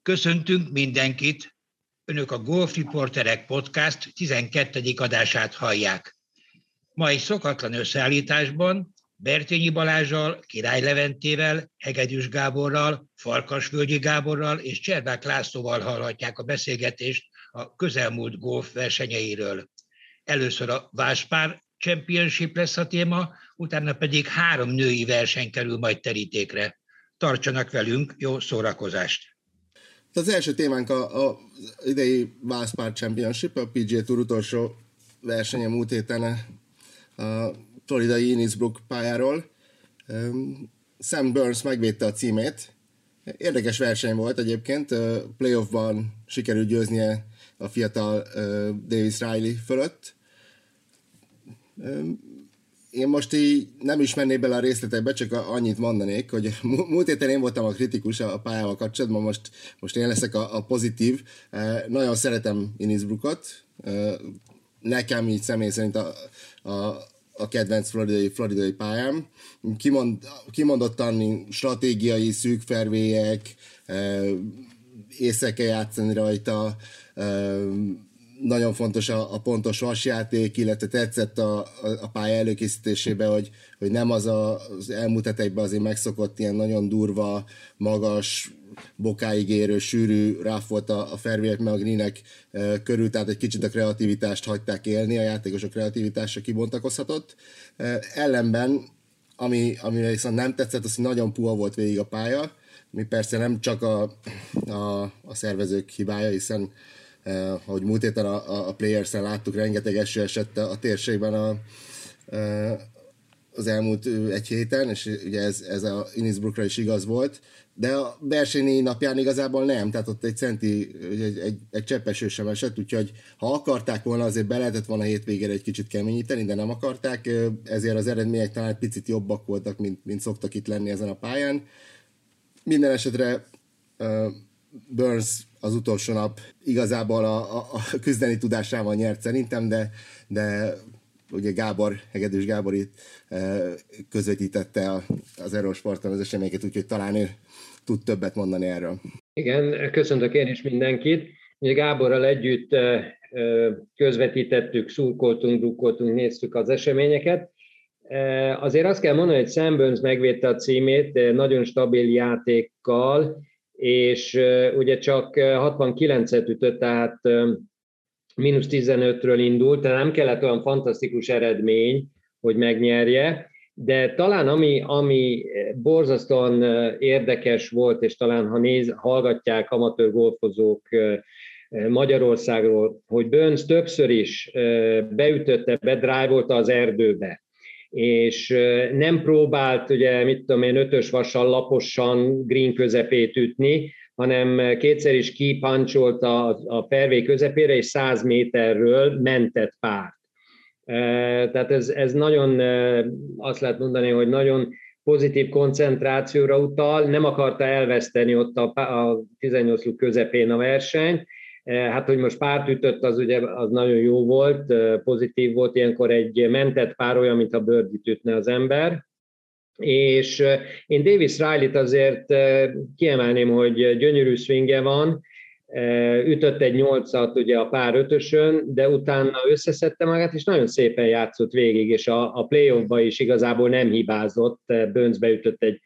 Köszöntünk mindenkit! Önök a Golf Reporterek Podcast 12. adását hallják. Ma egy szokatlan összeállításban Bertényi Balázssal, Király Leventével, Hegedűs Gáborral, Farkasvölgyi Gáborral és Cservák Lászlóval hallhatják a beszélgetést a közelmúlt golf versenyeiről. Először a Váspár Championship lesz a téma, utána pedig 3 női verseny kerül majd terítékre. Tartsanak velünk, jó szórakozást! Az első témánk az idei Váspár Championship, a PGA Tour utolsó versenye múlt héten a floridai Innisbrook pályáról. Sam Burns megvédte a címét. Érdekes verseny volt egyébként, playoffban sikerült győznie a fiatal Davis Riley fölött. Én most így nem is mennék bele a részletekbe, csak annyit mondanék, hogy múlt héten én voltam a kritikus a pályával kapcsolatban, most én leszek a pozitív. Nagyon szeretem Innisbrookot. Nekem így személy szerint a kedvenc floridai pályám. Kimondottan stratégiai szűk fairwayek, észre kell játszani rajta, nagyon fontos a pontos vasjáték, illetve tetszett a pálya előkészítésében, hogy nem az elmúlt hetekben azért megszokott ilyen nagyon durva, magas, bokáig érő, sűrű ráf volt a fairwayek meg a greenek körül, tehát egy kicsit a kreativitást hagyták élni, a játékosok kreativitása kibontakozhatott. Ellenben, ami viszont nem tetszett, az, hogy nagyon puha volt végig a pálya, mi persze nem csak a szervezők hibája, hiszen ahogy múlt héten a Players-en láttuk, rengeteg eső esett a térségben az elmúlt egy héten, és ugye ez a Innisbrookra is igaz volt, de a verseny napján igazából nem, tehát ott egy csepp eső sem esett, úgyhogy ha akarták volna, azért be lehetett volna a hétvégére egy kicsit keményíteni, de nem akarták, ezért az eredmények talán egy picit jobbak voltak, mint szoktak itt lenni ezen a pályán. Minden esetre Burns az utolsó nap igazából a küzdeni tudásával nyert szerintem, de ugye Hegedűs Gábor itt közvetítette az Eurosporton az eseményeket, úgyhogy talán ő tud többet mondani erről. Igen, köszöntök én is mindenkit. Ugye Gáborral együtt közvetítettük, szurkoltunk, drukkoltunk, néztük az eseményeket. Azért azt kell mondani, hogy Sam Burns megvédte a címét nagyon stabil játékkal, és ugye csak 69-et ütött, tehát -15-ről indult, tehát nem kellett olyan fantasztikus eredmény, hogy megnyerje, de talán ami borzasztóan érdekes volt, és talán hallgatják amatőr golfozók Magyarországról, hogy Burns többször is beütötte, bedrive-olta az erdőbe, és nem próbált, ugye, mit tudom én, 5-ös vassal laposan green közepét ütni, hanem kétszer is kipancsolta a fairway közepére, és 100 méterről mentett párt. Tehát ez nagyon, azt lehet mondani, hogy nagyon pozitív koncentrációra utal, nem akarta elveszteni ott a 18 lyuk közepén a versenyt. Hát, hogy most párt ütött, az ugye az nagyon jó volt, pozitív volt, ilyenkor egy mentett pár olyan, mint a birdie-t ütne az ember. És én Davis Riley-t azért kiemelném, hogy gyönyörű swingje van, ütött egy 8-at ugye a pár 5-ösön, de utána összeszedte magát, és nagyon szépen játszott végig, és a playoffba is igazából nem hibázott, Burns beütött egy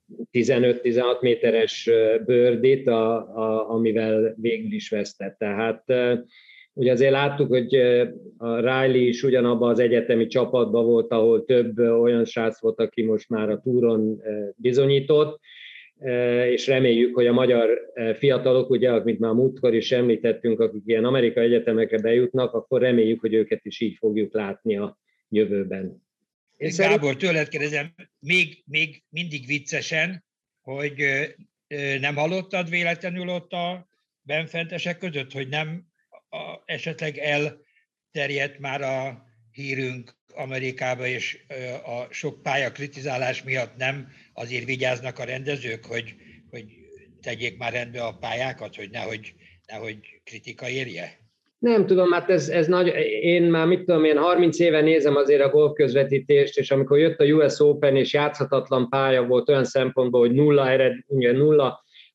15-16 méteres birdie-t, amivel végül is vesztett. Tehát ugye azért láttuk, hogy a Riley is ugyanabban az egyetemi csapatban volt, ahol több olyan srác volt, aki most már a túron bizonyított, és reméljük, hogy a magyar fiatalok, ugye, amit már múltkor is említettünk, akik ilyen amerikai egyetemekre bejutnak, akkor reméljük, hogy őket is így fogjuk látni a jövőben. Gábor, tőled kérdezem, még mindig viccesen, hogy nem hallottad véletlenül ott a benfentesek között, hogy nem esetleg elterjedt már a hírünk Amerikába, és a sok pálya kritizálás miatt nem azért vigyáznak a rendezők, hogy tegyék már rendbe a pályákat, hogy nehogy kritika érje? Nem tudom, hát ez nagy, én már 30 éve nézem azért a golf közvetítést, és amikor jött a US Open és játszhatatlan pálya volt olyan szempontból, hogy nulla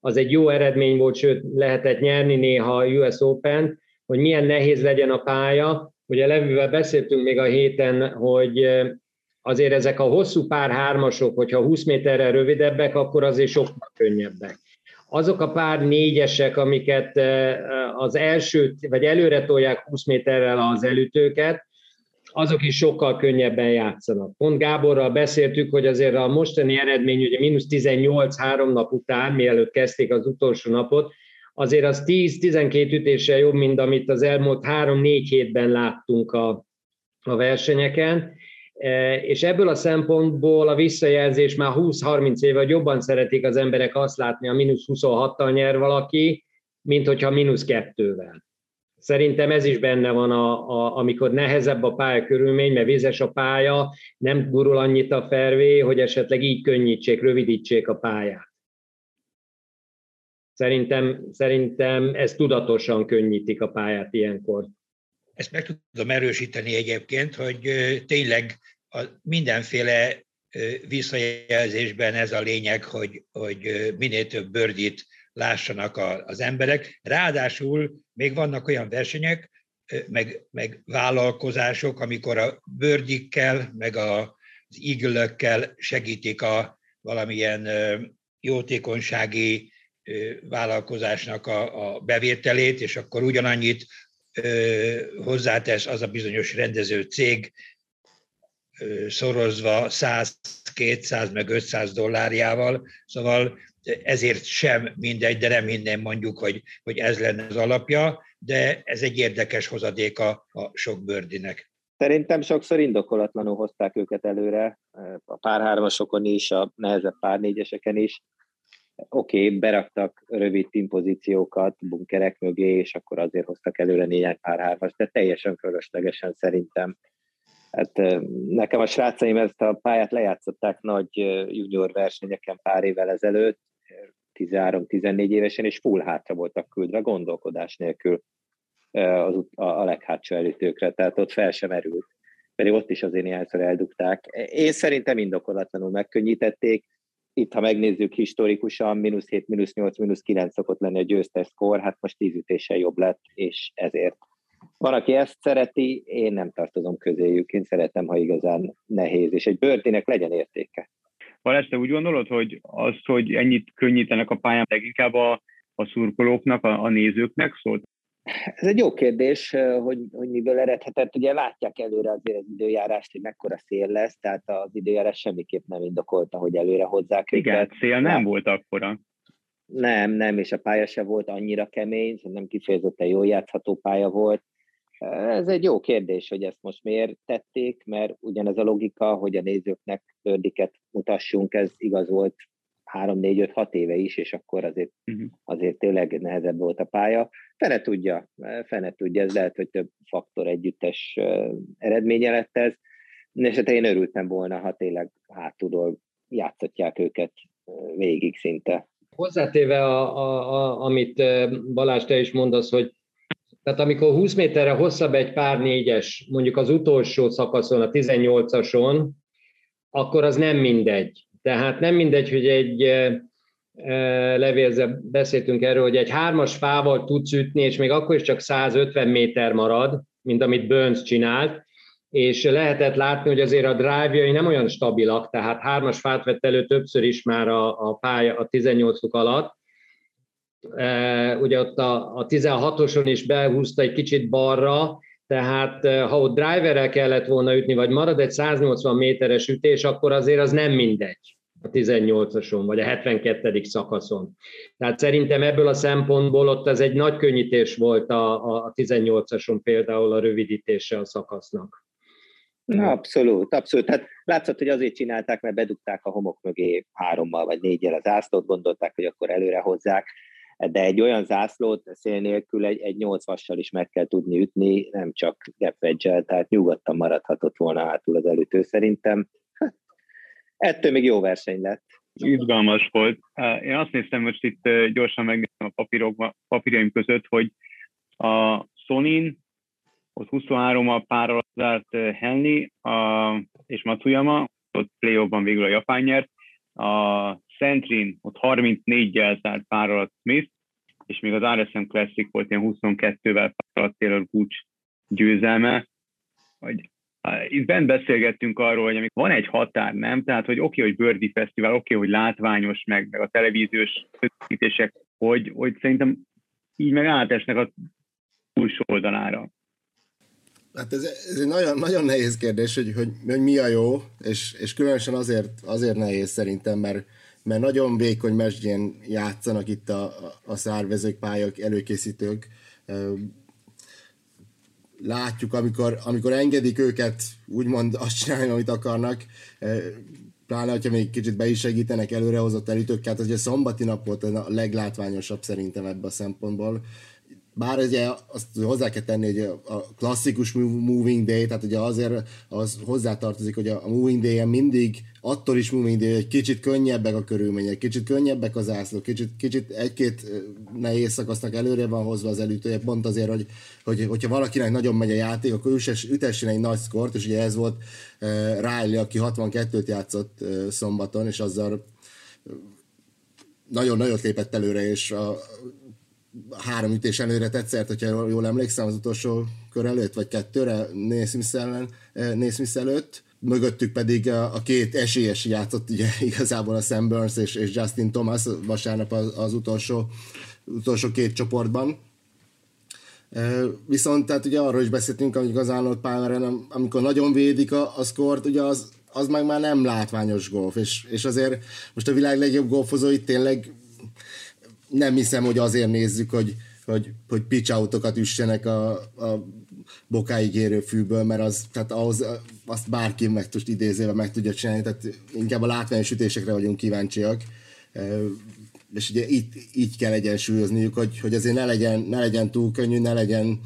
az egy jó eredmény volt, sőt lehetett nyerni néha a US Open, hogy milyen nehéz legyen a pálya. Ugye Levivel beszéltünk még a héten, hogy azért ezek a hosszú pár hármasok, hogyha 20 méterrel rövidebbek, akkor azért sokkal könnyebbek. Azok a pár négyesek, amiket az elsőt, vagy előre tolják 20 méterrel az elütőket, azok is sokkal könnyebben játszanak. Pont Gáborral beszéltük, hogy azért a mostani eredmény, ugye -18 3 nap után, mielőtt kezdték az utolsó napot, azért az 10-12 ütéssel jobb, mint amit az elmúlt 3-4 hétben láttunk a versenyeken, és ebből a szempontból a visszajelzés már 20-30 éve, hogy jobban szeretik az emberek azt látni, a -26-tal nyer valaki, mint hogyha -2-vel. Szerintem ez is benne van, amikor nehezebb a pályakörülmény, mert vizes a pálya, nem gurul annyit a fairway, hogy esetleg így könnyítsék, rövidítsék a pályát. Szerintem ez tudatosan könnyítik a pályát ilyenkor. Ezt meg tudom erősíteni egyébként, hogy tényleg mindenféle visszajelzésben ez a lényeg, hogy minél több birdie-t lássanak az emberek. Ráadásul még vannak olyan versenyek, meg vállalkozások, amikor a birdie-kkel, meg az eagle-ökkel segítik a valamilyen jótékonysági vállalkozásnak a bevételét, és akkor ugyanannyit hozzátesz az a bizonyos rendező cég, szorozva 100, 200 meg 500 dollárjával, szóval ezért sem mindegy, de nem minden mondjuk, hogy ez lenne az alapja, de ez egy érdekes hozadéka a sok birdinek. Szerintem sokszor indokolatlanul hozták őket előre, a párhármasokon is, a nehezebb párnégyeseken is. Oké, beraktak rövid pinpozíciókat bunkerek mögé, és akkor azért hoztak előre néhány párhármas, de teljesen fölöslegesen szerintem. Hát nekem a srácaim ezt a pályát lejátszották nagy junior versenyeken pár évvel ezelőtt, 13-14 évesen, és full hátra voltak küldve, gondolkodás nélkül a leghátsó elütőkre, tehát ott fel sem erült. Pedig ott is azért néhányszor eldugták. Én szerintem indokolatlanul megkönnyítették. Itt, ha megnézzük historikusan, -7, -8, -9 szokott lenni a győztes szkór, hát most 10 ütéssel jobb lett, és ezért. Van, aki ezt szereti, én nem tartozom közéjük, én szeretem, ha igazán nehéz, és egy birdie-nek legyen értéke. Balázs, te úgy gondolod, hogy az, hogy ennyit könnyítenek a pályán, leginkább a szurkolóknak, a nézőknek szólt? Ez egy jó kérdés, hogy miből eredhetett. Ugye látják előre azért az időjárást, hogy mekkora szél lesz, tehát az időjárás semmiképp nem indokolta, hogy előre hozzák őket. Igen, szél nem volt akkora. Nem, és a pálya se volt annyira kemény, nem kifejezetten jól játszható pálya volt. Ez egy jó kérdés, hogy ezt most miért tették, mert ugyanez a logika, hogy a nézőknek birdiket mutassunk, ez igaz volt 3-4-5-6 éve is, és akkor azért tényleg nehezebb volt a pálya. Fene tudja, ez lehet, hogy több faktor együttes eredménye lett ez. És hát én örültem volna, ha tényleg hátulról játszatják őket végig szinte. Hozzátéve, amit Balázs, te is mondasz, hogy tehát amikor 20 méterre hosszabb egy pár négyes, mondjuk az utolsó szakaszon, a 18-ason, akkor az nem mindegy. Tehát nem mindegy, hogy Levélzel beszéltünk erről, hogy egy 3-as fával tudsz ütni, és még akkor is csak 150 méter marad, mint amit Burns csinált, és lehetett látni, hogy azért a drive-jai nem olyan stabilak, tehát 3-as fát vett elő többször is már a pálya a 18-uk alatt. Ugye ott a 16-oson is behúzta egy kicsit balra, tehát ha ott driverrel kellett volna ütni, vagy marad egy 180 méteres ütés, akkor azért az nem mindegy a 18-ason, vagy a 72. szakaszon. Tehát szerintem ebből a szempontból ott ez egy nagy könnyítés volt a 18-ason például a rövidítése a szakasznak. Na, abszolút. Tehát látszott, hogy azért csinálták, mert bedugták a homok mögé 3-mal vagy 4-jel az zászlót, gondolták, hogy akkor előre hozzák, de egy olyan zászlót szél nélkül egy 8 vassal is meg kell tudni ütni, nem csak gap wedge-el, tehát nyugodtan maradhatott volna hátul az elütő szerintem. Ettől még jó verseny lett. Izgalmas volt. Én azt néztem, most itt gyorsan megnéztem a papírjaim között, hogy a Sonin ott 23-mal pár alatt zárt Henley és Matsuyama, ott play-offban végül a japán nyert, a Sentry ott 34-jel zárt pár alatt Smith, és még az RSM Classic volt ilyen 22-vel pár alatt Taylor Gooch győzelme. Itt bent beszélgettünk arról, hogy van egy határ, nem? Tehát, hogy oké, hogy Birdie Fesztivál, oké, hogy látványos, meg a televíziós közvetítések, hogy szerintem így meg átesnek a túlsó oldalára. Hát ez egy nagyon, nagyon nehéz kérdés, hogy mi a jó, és különösen azért nehéz szerintem, mert nagyon vékony mesdjén játszanak itt a szárvezők, pályák, előkészítők. Látjuk, amikor engedik őket úgymond azt csinálni, amit akarnak, pláne, hogyha még kicsit be is segítenek előrehozott elütők, hát ugye szombati nap volt a leglátványosabb szerintem ebből a szempontból. Bár ugye azt hozzá kell tenni, hogy a klasszikus Moving Day, tehát ugye azért az hozzátartozik, hogy a Moving Day-en mindig attól is Moving Day, hogy kicsit könnyebbek a körülmények, kicsit könnyebbek az zászlók, kicsit egy-két nehéz szakasznak előre van hozva az elütője, pont azért, hogyha valakinek nagyon megy a játék, akkor ütessen egy nagy szkort, és ugye ez volt Riley, aki 62-t játszott szombaton, és azzal nagyon nagyot lépett előre, és a 3 ütés előre tetszett, hogyha jól emlékszem, az utolsó kör előtt, vagy 2-re Naismith előtt. Mögöttük pedig a 2 esélyes játszott ugye igazából a Sam Burns és Justin Thomas vasárnap az utolsó 2 csoportban. Viszont tehát ugye arról is beszéltünk, amikor az Arnold Palmeren, amikor nagyon védik a szkort, ugye az meg már nem látványos golf, és azért most a világ legjobb golfozóit tényleg nem hiszem, hogy azért nézzük, hogy pitch outokat üssenek a bokáig érő fűből, mert tehát azt bárki meg tudja csinálni, tehát inkább a látványos ütésekre vagyunk kíváncsiak. És ugye itt így kell egyensúlyozniuk, hogy azért ne legyen túl könnyű, ne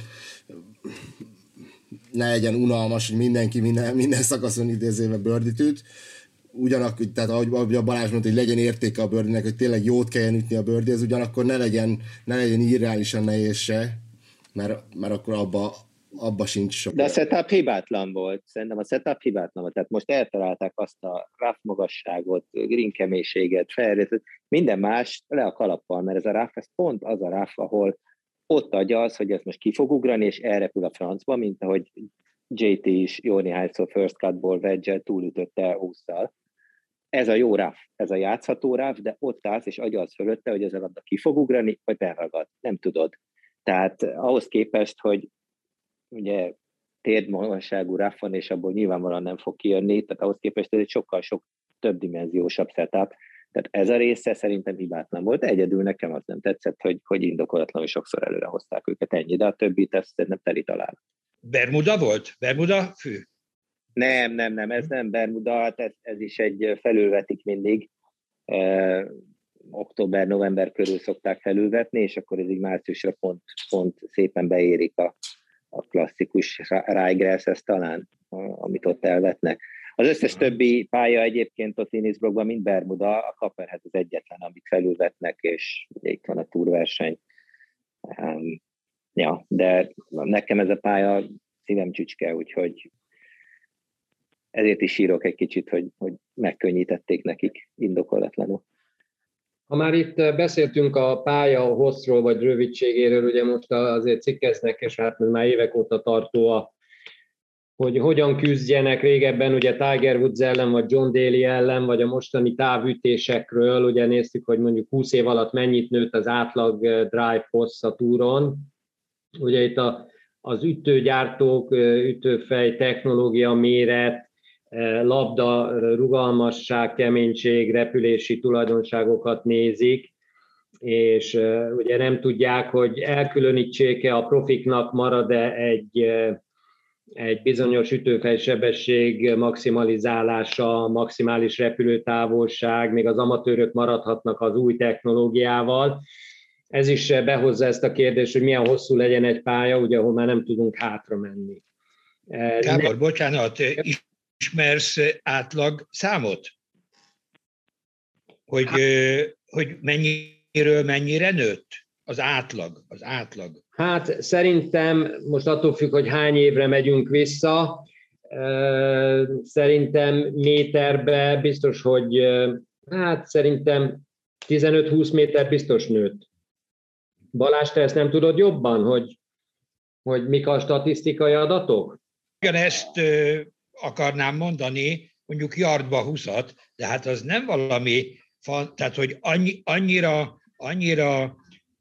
legyen unalmas, hogy mindenki minden szakaszon idézőve birdie-t üt. Ugyanakkor, tehát ahogy a Balázs mondta, hogy legyen értéke a birdie-nek, hogy tényleg jót kelljen ütni a birdie, ez ugyanakkor ne legyen irreálisan nehéz se, mert akkor abba sincs sok. De a setup hibátlan volt. Szerintem a setup hibátlan volt. Tehát most eltalálták azt a rough magasságot, green keménységet, felrészet, minden más le a kalappal, mert ez a rough, ez pont az a rough, ahol ott adja az, hogy ez most ki fog ugrani, és elrepül a francba, mint ahogy JT is jó néhányszor first cutból wedge-el túlütötte 20-szal. Ez a jó rough, ez a játszható rough, de ott állsz, és agyalsz fölötte, hogy ez a labda ki fog ugrani, vagy beragad. Nem tudod. Tehát ahhoz képest, hogy ugye térdmagasságú rough van, és abból nyilvánvalóan nem fog kijönni, tehát ahhoz képest ez egy sokkal több dimenziósabb setup. Tehát ez a része szerintem hibátlan volt. Egyedül nekem az nem tetszett, hogy indokolatlanul sokszor előre hozták őket, ennyi, de a többit ezt szerintem teli talál. Bermuda volt? Bermuda fű? Nem, ez nem Bermuda, hát ez is egy felülvetik mindig. Október-november körül szokták felülvetni, és akkor ez így márciusra pont szépen beérik a klasszikus ryegrass, ez talán, amit ott elvetnek. Az összes többi pálya egyébként ott Innisbrookban, mint Bermuda, a Copperhead az egyetlen, amit felülvetnek, és ugye itt van a túrverseny. Ja, de nekem ez a pálya szívem csücske, úgyhogy ezért is sírok egy kicsit, hogy megkönnyítették nekik indokolatlanul. Ha már itt beszéltünk a pálya hosszról vagy rövidségéről, ugye most azért cikkeznek, és hát már évek óta tartó hogy hogyan küzdjenek régebben, ugye Tiger Woods ellen, vagy John Daly ellen, vagy a mostani távütésekről, ugye néztük, hogy mondjuk 20 év alatt mennyit nőtt az átlag drive hossz a túron. Ugye itt az ütőgyártók, ütőfej, technológia, méret, labda, rugalmasság, keménység, repülési tulajdonságokat nézik, és ugye nem tudják, hogy elkülönítsék-e a profiknak marad-e egy bizonyos ütőfejsebesség maximalizálása, maximális repülőtávolság, még az amatőrök maradhatnak az új technológiával. Ez is behozza ezt a kérdést, hogy milyen hosszú legyen egy pálya, ugye, ahol már nem tudunk hátra menni. Gábor, bocsánat, ismersz átlag számot? Hogy mennyiről mennyire nőtt? Az átlag. Hát szerintem, most attól függ, hogy hány évre megyünk vissza, szerintem méterbe biztos, hogy Hát szerintem 15-20 méter biztos nőtt. Balázs, te ezt nem tudod jobban, hogy mik a statisztikai adatok? Ugyanezt akarnám mondani, mondjuk yardba 20-at, de hát az nem valami, tehát hogy annyira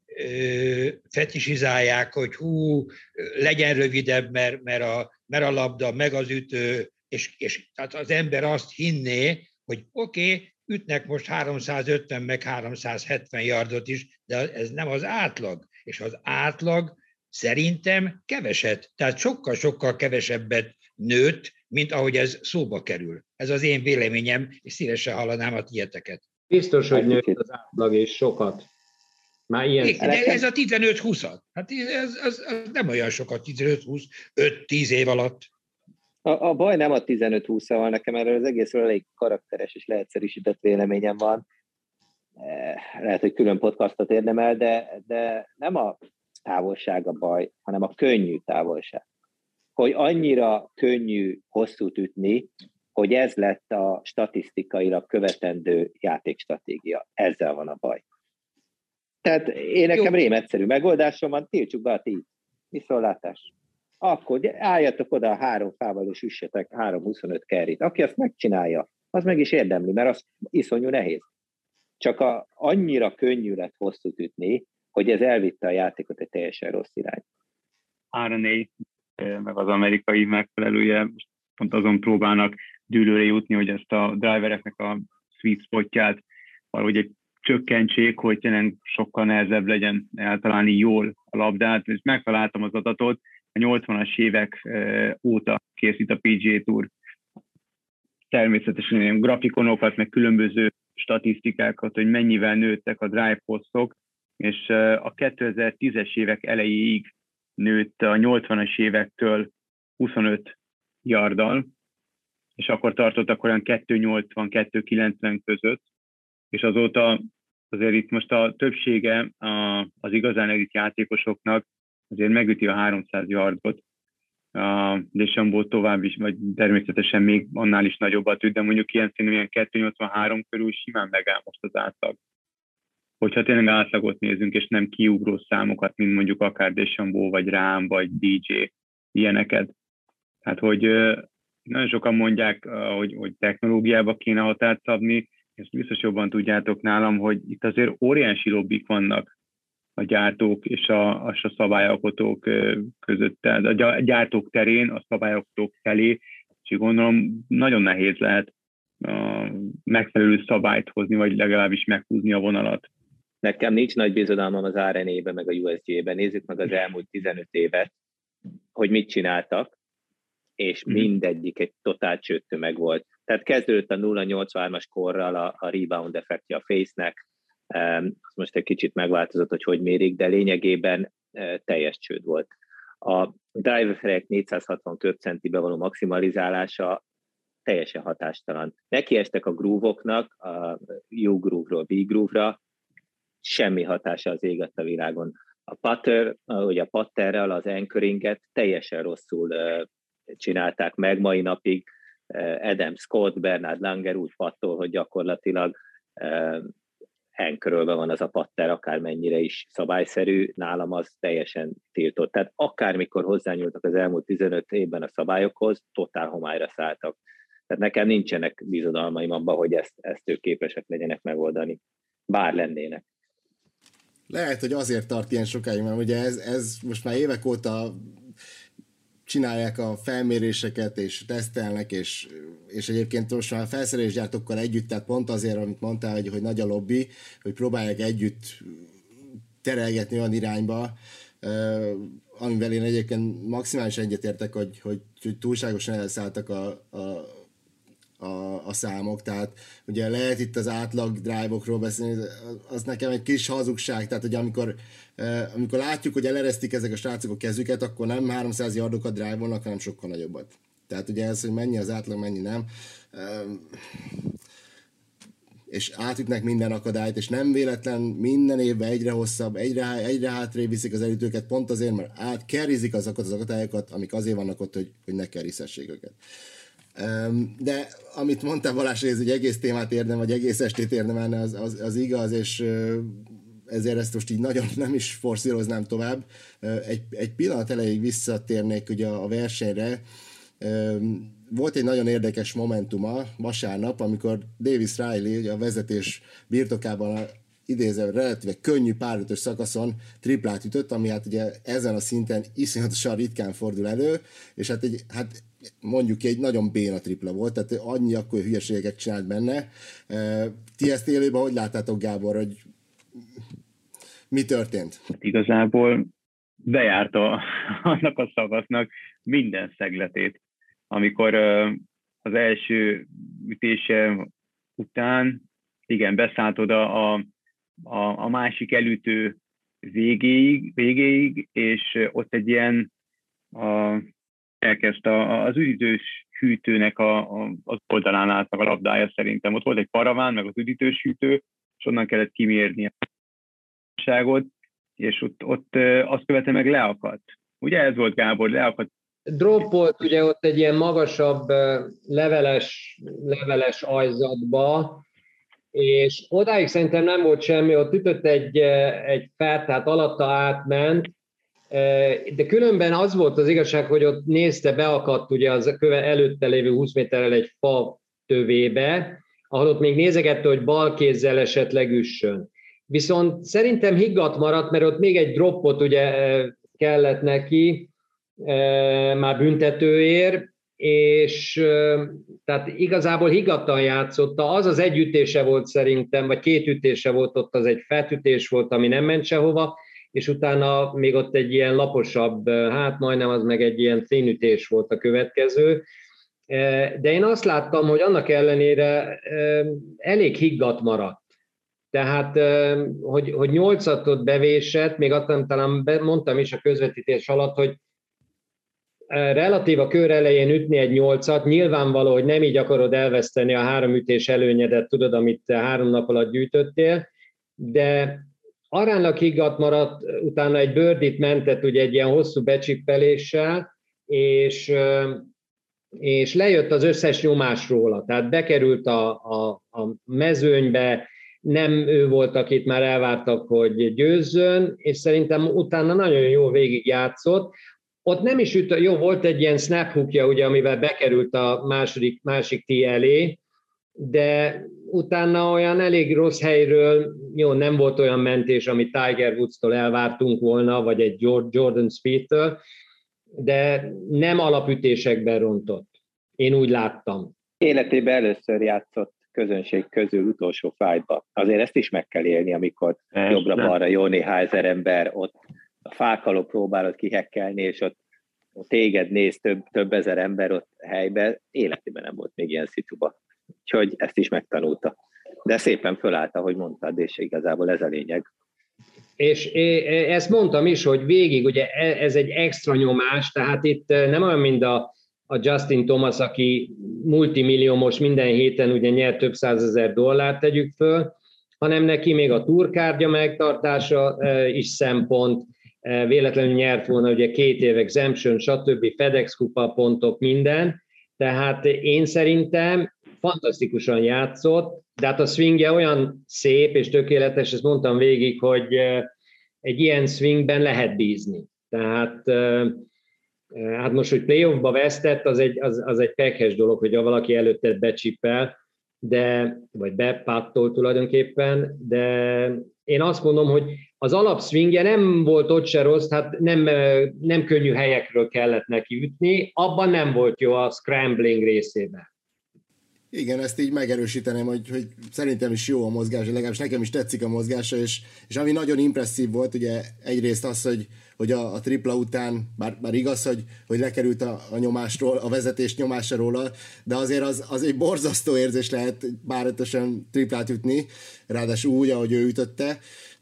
fetisizálják, hogy legyen rövidebb, mert a labda, meg az ütő, és tehát az ember azt hinné, hogy oké, ütnek most 350 meg 370 yardot is, de ez nem az átlag. És az átlag szerintem keveset, tehát sokkal-sokkal kevesebbet nőtt, mint ahogy ez szóba kerül. Ez az én véleményem, és szívesen hallanám a tieteket. Biztos, hogy nőtt az átlag, és sokat. Már ilyen... De ez a 15-20-at. Hát ez nem olyan sokat, 15-20, 5-10 év alatt. A baj nem a 15-20-al, nekem erről az egészről elég karakteres és leegyszerűsített véleményem van. Lehet, hogy külön podcastot érdemel, de nem a távolság a baj, hanem a könnyű távolság. Hogy annyira könnyű hosszút ütni, hogy ez lett a statisztikailag követendő játékstratégia. Ezzel van a baj. Tehát nekem rém egyszerű megoldásom van, tiltsuk be a 10. Viszontlátás. Akkor álljatok oda a 3 fával, és üssetek 3-25 carryt. Aki azt megcsinálja, az meg is érdemli, mert az iszonyú nehéz. Csak annyira könnyű lett hosszút ütni, hogy ez elvitte a játékot egy teljesen rossz irány. Árané, meg az amerikai megfelelője pont azon próbálnak dűlőre jutni, hogy ezt a drivereknek a sweet spotját valahogy egy csökkentsék, hogy tényleg sokkal nehezebb legyen eltalálni jól a labdát, és megtaláltam az adatot, a 80-as évek óta készít a PGA Tour természetesen ilyen grafikonokat, meg különböző statisztikákat, hogy mennyivel nőttek a drive posztok, és a 2010-es évek elejéig nőtt a 80-as évektől 25 yarddal, és akkor tartottak olyan 280-290 között, és azóta azért itt most a többsége az igazán elit játékosoknak azért megüti a 300 yardot. DeChambeau tovább is, vagy természetesen még annál is nagyobbat üt, de mondjuk ilyen 283 körül simán megáll most az átlag. Hogyha tényleg átlagot nézünk, és nem kiugró számokat, mint mondjuk akár DeChambeau, vagy Rahm, vagy DJ, ilyeneket. Tehát, hogy nagyon sokan mondják, hogy technológiába kéne határt szabni, ezt biztos jobban tudjátok nálam, hogy itt azért óriási lobbik vannak a gyártók és a szabályalkotók között, tehát a gyártók terén, a szabályalkotók felé, és gondolom nagyon nehéz lehet megfelelő szabályt hozni, vagy legalábbis meghúzni a vonalat. Nekem nincs nagy bizodalmam az RNA-ben, meg a USGA-ben. Nézzük meg az elmúlt 15 évet, hogy mit csináltak, és mindegyik egy totál csőttömeg volt. Tehát kezdődött a 0,83-as korral a rebound effektje a face-nek, most egy kicsit megváltozott, hogy mérik, de lényegében teljes csőd volt. A driverek 460 köbcentibe való maximalizálása teljesen hatástalan. Nekiestek a groove-oknak, a U-groove-ról B-groove-ra, semmi hatása az ég a világon. A putter, vagy a patterrel az anchoringet teljesen rosszul csinálták meg mai napig. Adam Scott, Bernard Langer úgy pattol, hogy gyakorlatilag anchorölve van az a patter, akármennyire is szabályszerű, nálam az teljesen tiltott. Tehát akármikor hozzányúltak az elmúlt 15 évben a szabályokhoz, totál homályra szálltak. Tehát nekem nincsenek bizodalmaim abban, hogy ezt ők képesek legyenek megoldani. Bár lennének. Lehet, hogy azért tart ilyen sokáig, mert ugye ez most már évek óta csinálják a felméréseket, és tesztelnek, és egyébként most már felszerelésgyártókkal együtt, tehát pont azért, amit mondtál, hogy nagy a lobby, hogy próbálják együtt terelgetni olyan irányba, amivel én egyébként maximálisan egyetértek, hogy túlságosan elszálltak a számok, tehát ugye lehet itt az átlag drive-okról beszélni, az nekem egy kis hazugság, tehát hogy amikor látjuk, hogy eleresztik ezek a srácok a kezüket, akkor nem 300 yardokat drive-olnak, hanem sokkal nagyobbat. Tehát ugye ez, hogy mennyi az átlag, mennyi nem, és átütnek minden akadályt, és nem véletlen minden évben egyre hosszabb, egyre hátrébb viszik az elütőket, pont azért, mert átkerrizik azokat az akadályokat, amik azért vannak ott, hogy ne kerrizhessék őket. De amit mondtál Balázs, hogy ez egy egész témát érdemel, vagy egész estét érdemelne, az igaz, és ezért ezt most így nagyon nem is forszíroznám tovább. Egy pillanat elejéig visszatérnék ugye a versenyre. Volt egy nagyon érdekes momentuma vasárnap, amikor Davis Riley ugye a vezetés birtokában idézem, relatíve könnyű párötös szakaszon triplát ütött, ami hát ugye ezen a szinten iszonyatosan ritkán fordul elő, és hát mondjuk egy nagyon béna tripla volt, tehát annyi akkor hülyeségeket csinált benne. Ti ezt élőben hogy láttátok, Gábor, hogy mi történt? Igazából bejárta annak a szakasznak minden szegletét. Amikor az első ütése után, igen, beszállt oda a másik elütő végéig, és ott egy ilyen elkezdte az üdítős hűtőnek az oldalán állt meg a labdája szerintem. Ott volt egy paraván, meg az üdítős hűtő, és onnan kellett kimérni a ságot, és ott azt követően meg leakadt. Ugye ez volt, Gábor, leakadt. Drop volt ugye ott egy ilyen magasabb leveles ajzatba, és odáig szerintem nem volt semmi, ott ütött egy fát, tehát alatta átment, de különben az volt az igazság, hogy ott nézte, beakadt ugye az előtte lévő 20 méterrel egy fa tövébe, ahol ott még nézegette, hogy bal kézzel esetleg üssön. Viszont szerintem higgadt maradt, mert ott még egy droppot ugye kellett neki, már büntetőért, és tehát igazából higgadtan játszotta. Az egy ütése volt szerintem, vagy 2 ütése volt ott, az egy felütés volt, ami nem ment sehova, és utána még ott egy ilyen laposabb, hát majdnem az meg egy ilyen színütés volt a következő. De én azt láttam, hogy annak ellenére elég higgadt maradt. Tehát, hogy 8-at bevésett, még azt talán mondtam is a közvetítés alatt, hogy relatív a kör elején ütni egy 8-at, nyilvánvaló, hogy nem így akarod elveszteni a 3 ütés előnyedet, tudod, amit 3 nap alatt gyűjtöttél, de aránylag higgadt maradt, utána egy birdie-t mentett ugye egy ilyen hosszú becsippeléssel, és lejött az összes nyomás róla, tehát bekerült a mezőnybe, nem ő volt, akit már elvártak, hogy győzzön, és szerintem utána nagyon jó végigjátszott. Ott nem is jó, volt egy ilyen snap hookja, ugye, amivel bekerült a másik tee elé, de utána olyan elég rossz helyről, jó, nem volt olyan mentés, amit Tiger Woods-tól elvártunk volna, vagy egy Jordan Spieth-től, de nem alapütésekben rontott. Én úgy láttam. Életében először játszott közönség közül utolsó fájtba. Azért ezt is meg kell élni, amikor jobbra-balra jó néhány ezer ember ott a fák alól próbálod kihekkelni, és ott téged néz több ezer ember ott helyben. Életében nem volt még ilyen szituba. Úgyhogy ezt is megtanulta. De szépen fölállt, ahogy mondtad, és igazából ez a lényeg. És ezt mondtam is, hogy végig, ugye ez egy extra nyomás, tehát itt nem olyan, mint a Justin Thomas, aki multimilliómos, minden héten ugye nyert több $100,000, tegyük föl, hanem neki még a túrkártya megtartása is szempont, véletlenül nyert volna ugye 2 év exemption, stb. FedEx kupa pontok, minden, tehát én szerintem fantasztikusan játszott, de hát a swingje olyan szép és tökéletes, ezt mondtam végig, hogy egy ilyen swingben lehet bízni. Tehát hát most, hogy playoffba vesztett, az egy pekhes dolog, hogy valaki előtted becsippel, vagy bepattol tulajdonképpen, de én azt mondom, hogy az alapszwingje nem volt ott se rossz, hát nem könnyű helyekről kellett neki ütni, abban nem volt jó a scrambling részében. Igen, ezt így megerősíteném, hogy szerintem is jó a mozgás, legalábbis nekem is tetszik a mozgása, és ami nagyon impresszív volt, ugye egyrészt az, hogy a tripla után, bár igaz, hogy lekerült a nyomásról, a vezetés nyomása róla, de azért az egy borzasztó érzés lehet bárötösen triplát ütni, ráadásul úgy, ahogy ő ütötte,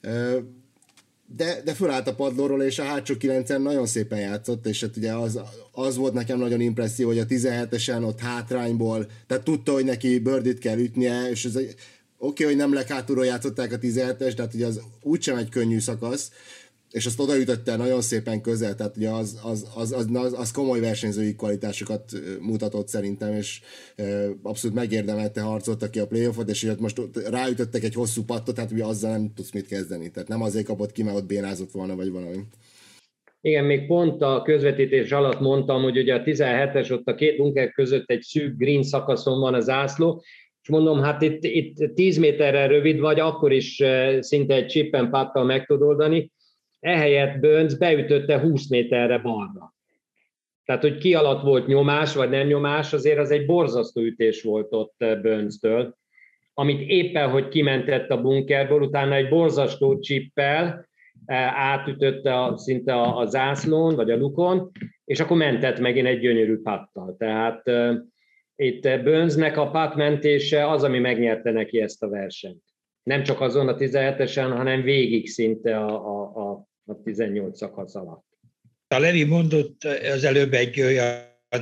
de fölállt a padlóról, és a hátsó 9-en nagyon szépen játszott, és hát ugye az volt nekem nagyon impresszió, hogy a 17-esen ott hátrányból, tehát tudta, hogy neki birdie-t kell ütnie, és oké, hogy nem leghátulról játszották a 17-es, de hát ugye az úgysem egy könnyű szakasz, és azt odaütötte el nagyon szépen közel, tehát ugye az komoly versenyzői kvalitásokat mutatott szerintem, és abszolút megérdemelte, harcolta ki a playoffot, és most ráütöttek egy hosszú pattot, tehát ugye azzal nem tudsz mit kezdeni, tehát nem azért kapott ki, mert ott bénázott volna, vagy valami. Igen, még pont a közvetítés alatt mondtam, hogy ugye a 17-es ott a két bunker között egy szűk green szakaszon van a zászló, és mondom, hát itt 10 méterrel rövid vagy, akkor is szinte egy chip and putt-tal meg tud oldani. Ehelyett Burns beütötte 20 méterre balra. Tehát, hogy ki alatt volt nyomás, vagy nem nyomás, azért az egy borzasztó ütés volt ott Burns-től, amit éppen, hogy kimentett a bunkerből, utána egy borzasztó chippel átütötte szinte a zászlón, vagy a lukon, és akkor mentett megint egy gyönyörű pattal. Tehát itt Burnsnek a putt mentése az, ami megnyerte neki ezt a versenyt. Nem csak azon a 17-esen, hanem végig szinte a 18 szakasz alatt. A Levi mondott az előbb egy olyan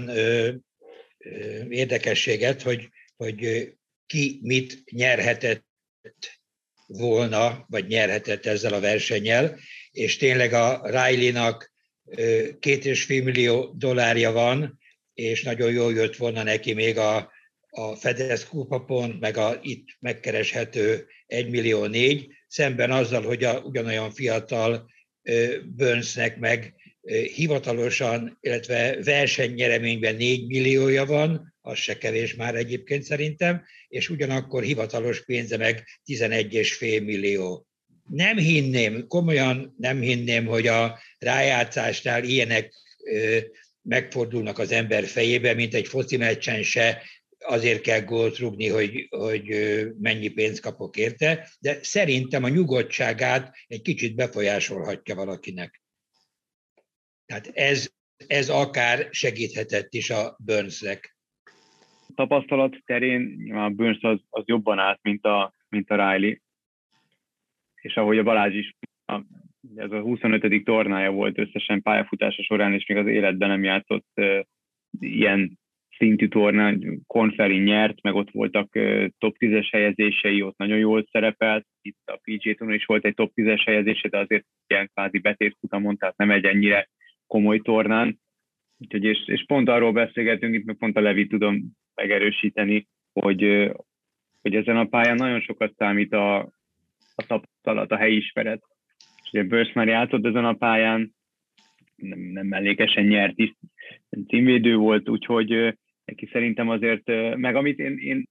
érdekességet, hogy ki mit nyerhetett volna, vagy nyerhetett ezzel a versennyel, és tényleg a Riley-nak $2,5 millió van, és nagyon jól jött volna neki még a FedEx kupapont, meg a itt megkereshető 1,4 millió, szemben azzal, hogy ugyanolyan fiatal Burnsnek meg hivatalosan, illetve versenynyereményben 4 milliója van, az se kevés már egyébként szerintem, és ugyanakkor hivatalos pénze meg 11,5 millió. Nem hinném, komolyan nem hinném, hogy a rájátszásnál ilyenek megfordulnak az ember fejébe, mint egy foci meccsen se azért kell gólt rúgni, hogy mennyi pénzt kapok érte, de szerintem a nyugodtságát egy kicsit befolyásolhatja valakinek. Tehát ez akár segíthetett is a Burnsnek. Tapasztalat terén a Burns az jobban állt, mint a Riley. És ahogy a Balázs is, ez a 25. tornája volt összesen pályafutása során, és még az életben nem játszott ilyen szintű tornán. Korn Ferry nyert, meg ott voltak top 10-es helyezései, ott nagyon jól szerepelt. Itt a PGA Touron is volt egy top 10-es helyezése, de azért ilyen kvázi betétfutamon, tehát nem egy ennyire komoly tornán. Úgyhogy, és pont arról beszélgetünk, itt meg pont a Levi tudom megerősíteni, hogy ezen a pályán nagyon sokat számít a tapasztalat, a helyismeret. És ugye Burns már játszott ezen a pályán, nem mellékesen nyert is, címvédő volt, úgyhogy neki szerintem azért, meg amit én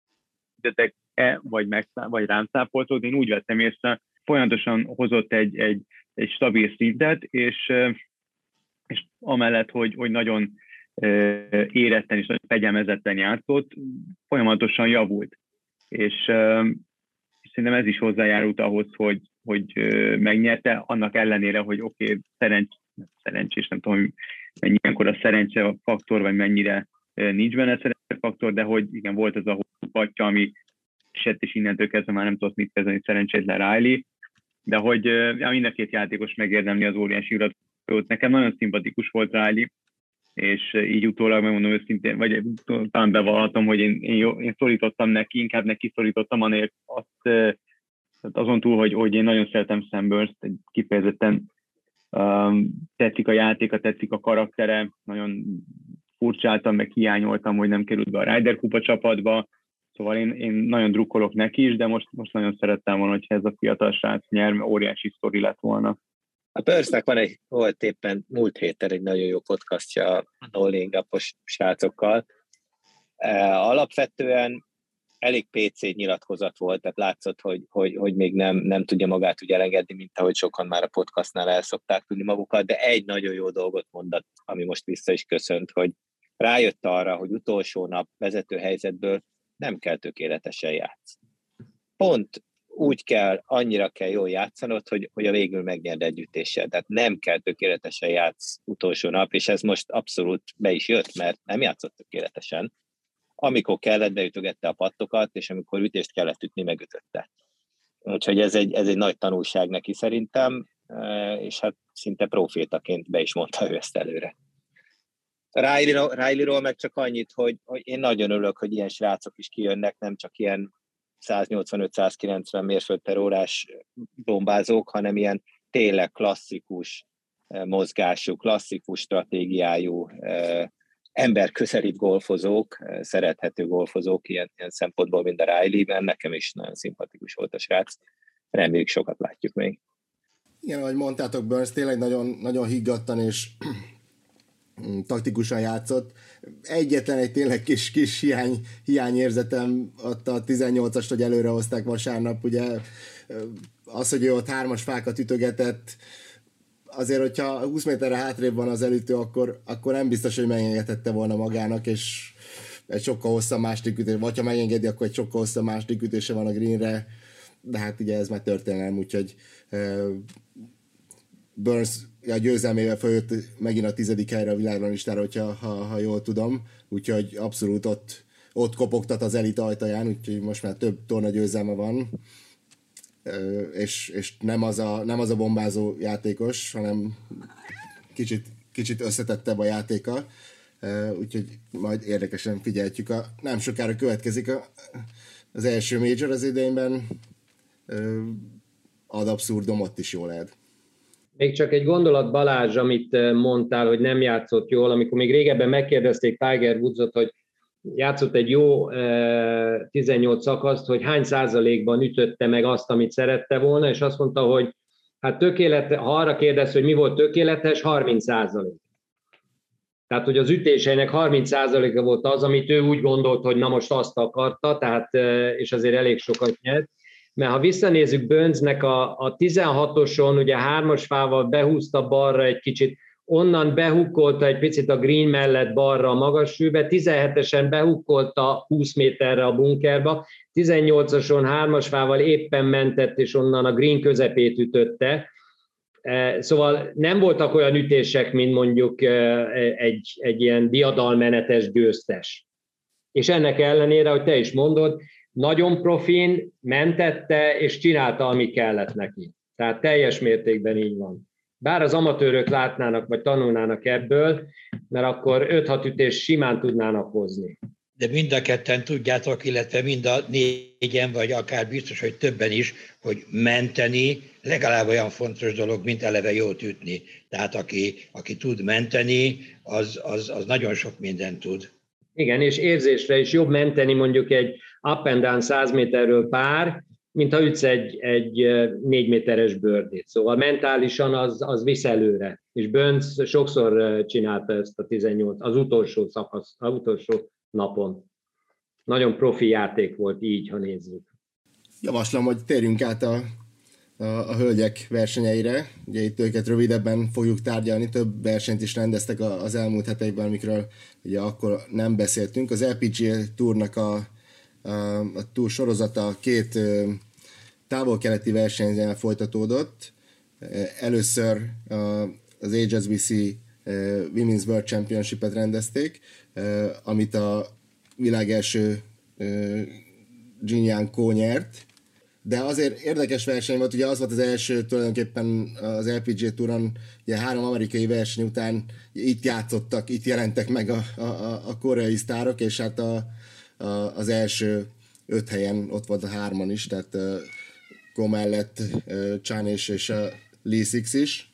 vagy rám szápoltod, én úgy vettem észre, folyamatosan hozott egy stabil szintet, és amellett, hogy nagyon éretten és nagyon fegyelmezetten játszott, folyamatosan javult. És szerintem ez is hozzájárult ahhoz, hogy megnyerte, annak ellenére, hogy oké, szerencsés, nem tudom, mennyi ilyenkor a szerencse faktor, vagy mennyire nincs benne szerencse faktor, de hogy igen, volt ez a hosszú patja, ami esett, és innentől kezdve már nem tudott mit kezdeni szerencsétlen Riley, de hogy mind a két játékos megérdemli az óriási iratot. Nekem nagyon szimpatikus volt Riley, és így utólag megmondom őszintén, vagy talán bevallhatom, hogy én szorítottam neki, inkább neki szorítottam, azon túl, hogy én nagyon szeretem Sam Burns-t, kifejezetten tetszik a játéka, tetszik a karaktere, nagyon furcsáltam, meg hiányoltam, hogy nem került be a Ryder Kupa csapatba, szóval én nagyon drukkolok neki is, de most nagyon szerettem volna, hogyha ez a fiatal srác nyer, mert óriási sztori lett volna. A Burnsnek volt éppen múlt héten egy nagyon jó podcastja a no-ling-upos srácokkal. Alapvetően elég PC nyilatkozat volt, tehát látszott, hogy még nem tudja magát úgy elengedni, mint ahogy sokan már a podcastnál el szokták tudni magukat, de egy nagyon jó dolgot mondott, ami most vissza is köszönt, hogy rájött arra, hogy utolsó nap vezető helyzetből nem kell tökéletesen játsz. Pont úgy kell, annyira kell jól játszanod, hogy a végül megnyerd együttéssel. Tehát nem kell tökéletesen játsz utolsó nap, és ez most abszolút be is jött, mert nem játszott tökéletesen. Amikor kellett, beütögette a pattokat, és amikor ütést kellett ütni, megütötte. Úgyhogy ez egy nagy tanulság neki szerintem, és hát szinte profétaként be is mondta ő ezt előre. Rileyról meg csak annyit, hogy én nagyon örülök, hogy ilyen srácok is kijönnek, nem csak ilyen 185-190 mérföld per órás bombázók, hanem ilyen tényleg klasszikus mozgású, klasszikus stratégiájú, emberközelít golfozók, szerethető golfozók ilyen szempontból, mint a Riley, mert nekem is nagyon szimpatikus volt a srác. Reméljük sokat látjuk még. Igen, ahogy mondtátok, Burns tényleg nagyon, nagyon higgadtan és taktikusan játszott. Egyetlen egy tényleg kis hiányérzetem ott a 18-ast, hogy előrehozták vasárnap, ugye az, hogy ő ott 3-as fákat ütögetett, azért, hogyha 20 méterre hátrébb van az elütő, akkor nem biztos, hogy megengedhette volna magának, és egy sokkal hosszabb második ütés, vagy ha megengedi, akkor egy sokkal hosszabb második ütése van a greenre, de hát ugye ez már történelem, úgyhogy Burns a győzelmével följött megint a 10. helyre a világrangistára, hogyha ha jól tudom, úgyhogy abszolút ott kopogtat az elit ajtaján, úgyhogy most már több torna győzelme van, és nem az a bombázó játékos, hanem kicsit összetettebb a játéka, úgyhogy majd érdekesen figyeltjük. Nem sokára következik az első major az idényben, ad abszurdum, ott is jól lehet. Még csak egy gondolat, Balázs, amit mondtál, hogy nem játszott jól, amikor még régebben megkérdezték Tiger Woodsot, hogy játszott egy jó 18 szakaszt, hogy hány százalékban ütötte meg azt, amit szerette volna, és azt mondta, hogy hát tökéletes, ha arra kérdez, hogy mi volt tökéletes, 30%. Tehát, hogy az ütéseinek 30%-a volt az, amit ő úgy gondolt, hogy na most azt akarta, tehát, és azért elég sokat nyert. Mert ha visszanézzük Burnsnek a 16-oson, ugye 3-as fával behúzta balra egy kicsit, onnan behukkolta egy picit a green mellett balra a magas sűbe, 17-esen behukkolta 20 méterre a bunkerba, 18-ason 3-as fával éppen mentett, és onnan a green közepét ütötte. Szóval nem voltak olyan ütések, mint mondjuk egy ilyen diadalmenetes győztes. És ennek ellenére, hogy te is mondod, nagyon profin, mentette, és csinálta, ami kellett neki. Tehát teljes mértékben így van. Bár az amatőrök látnának, vagy tanulnának ebből, mert akkor 5-6 ütés simán tudnának hozni. De mind a ketten tudjátok, illetve mind a 4-en, vagy akár biztos, hogy többen is, hogy menteni legalább olyan fontos dolog, mint eleve jót ütni. Tehát aki tud menteni, az nagyon sok mindent tud. Igen, és érzésre is jobb menteni mondjuk egy up and down 100 méterről pár, mint ha ütsz egy 4 méteres birdie-t. Szóval mentálisan az visz előre. És Burns sokszor csinálta ezt a 18, az utolsó szakasz, az utolsó napon. Nagyon profi játék volt így, ha nézzük. Javaslom, hogy térjünk át a hölgyek versenyeire. Ugye itt őket rövidebben fogjuk tárgyalni, több versenyt is rendeztek az elmúlt hetekben, amikről ugye akkor nem beszéltünk. Az LPGA Tournak a túr sorozata 2 távol-keleti versenyen folytatódott. Először az HSBC Women's World Championship-et rendezték, amit a világ első Jin Yang Ko nyert. De azért érdekes verseny volt, ugye az volt az első tulajdonképpen az LPGA Touron, ugye 3 amerikai verseny után itt játszottak, itt jelentek meg a koreai sztárok, és hát az első 5 helyen ott volt a 3-an is, tehát Ko mellett Chan és a Lee Six is.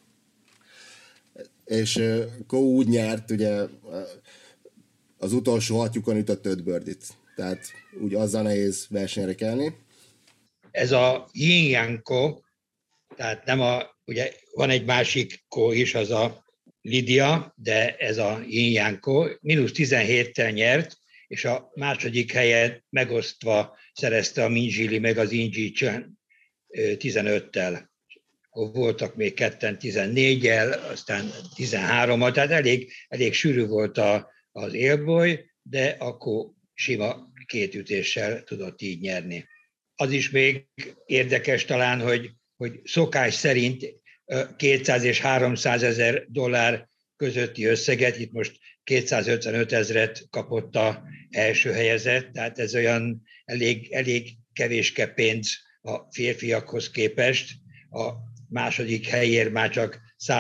És Ko úgy nyert, ugye az utolsó 6-jukon ütött 5 birdie-t, tehát úgy azzal nehéz versenyre kelni. Ez a Yin Yang Ko, tehát ugye van egy másik Ko is, az a Lydia, de ez a Yin Yang Ko, -17-tel nyert, és a második helyen megosztva szerezte a Minjili meg az Inji Chen 15-tel. Voltak még ketten 14-el, aztán 13-al, tehát elég sűrű volt az élboly, de akkor sima 2 ütéssel tudott így nyerni. Az is még érdekes talán, hogy szokás szerint 200 és 300 ezer dollár közötti összeget, itt most 255 ezret kapott az első helyezett, tehát ez olyan elég kevéske pénz a férfiakhoz képest. A második helyért már csak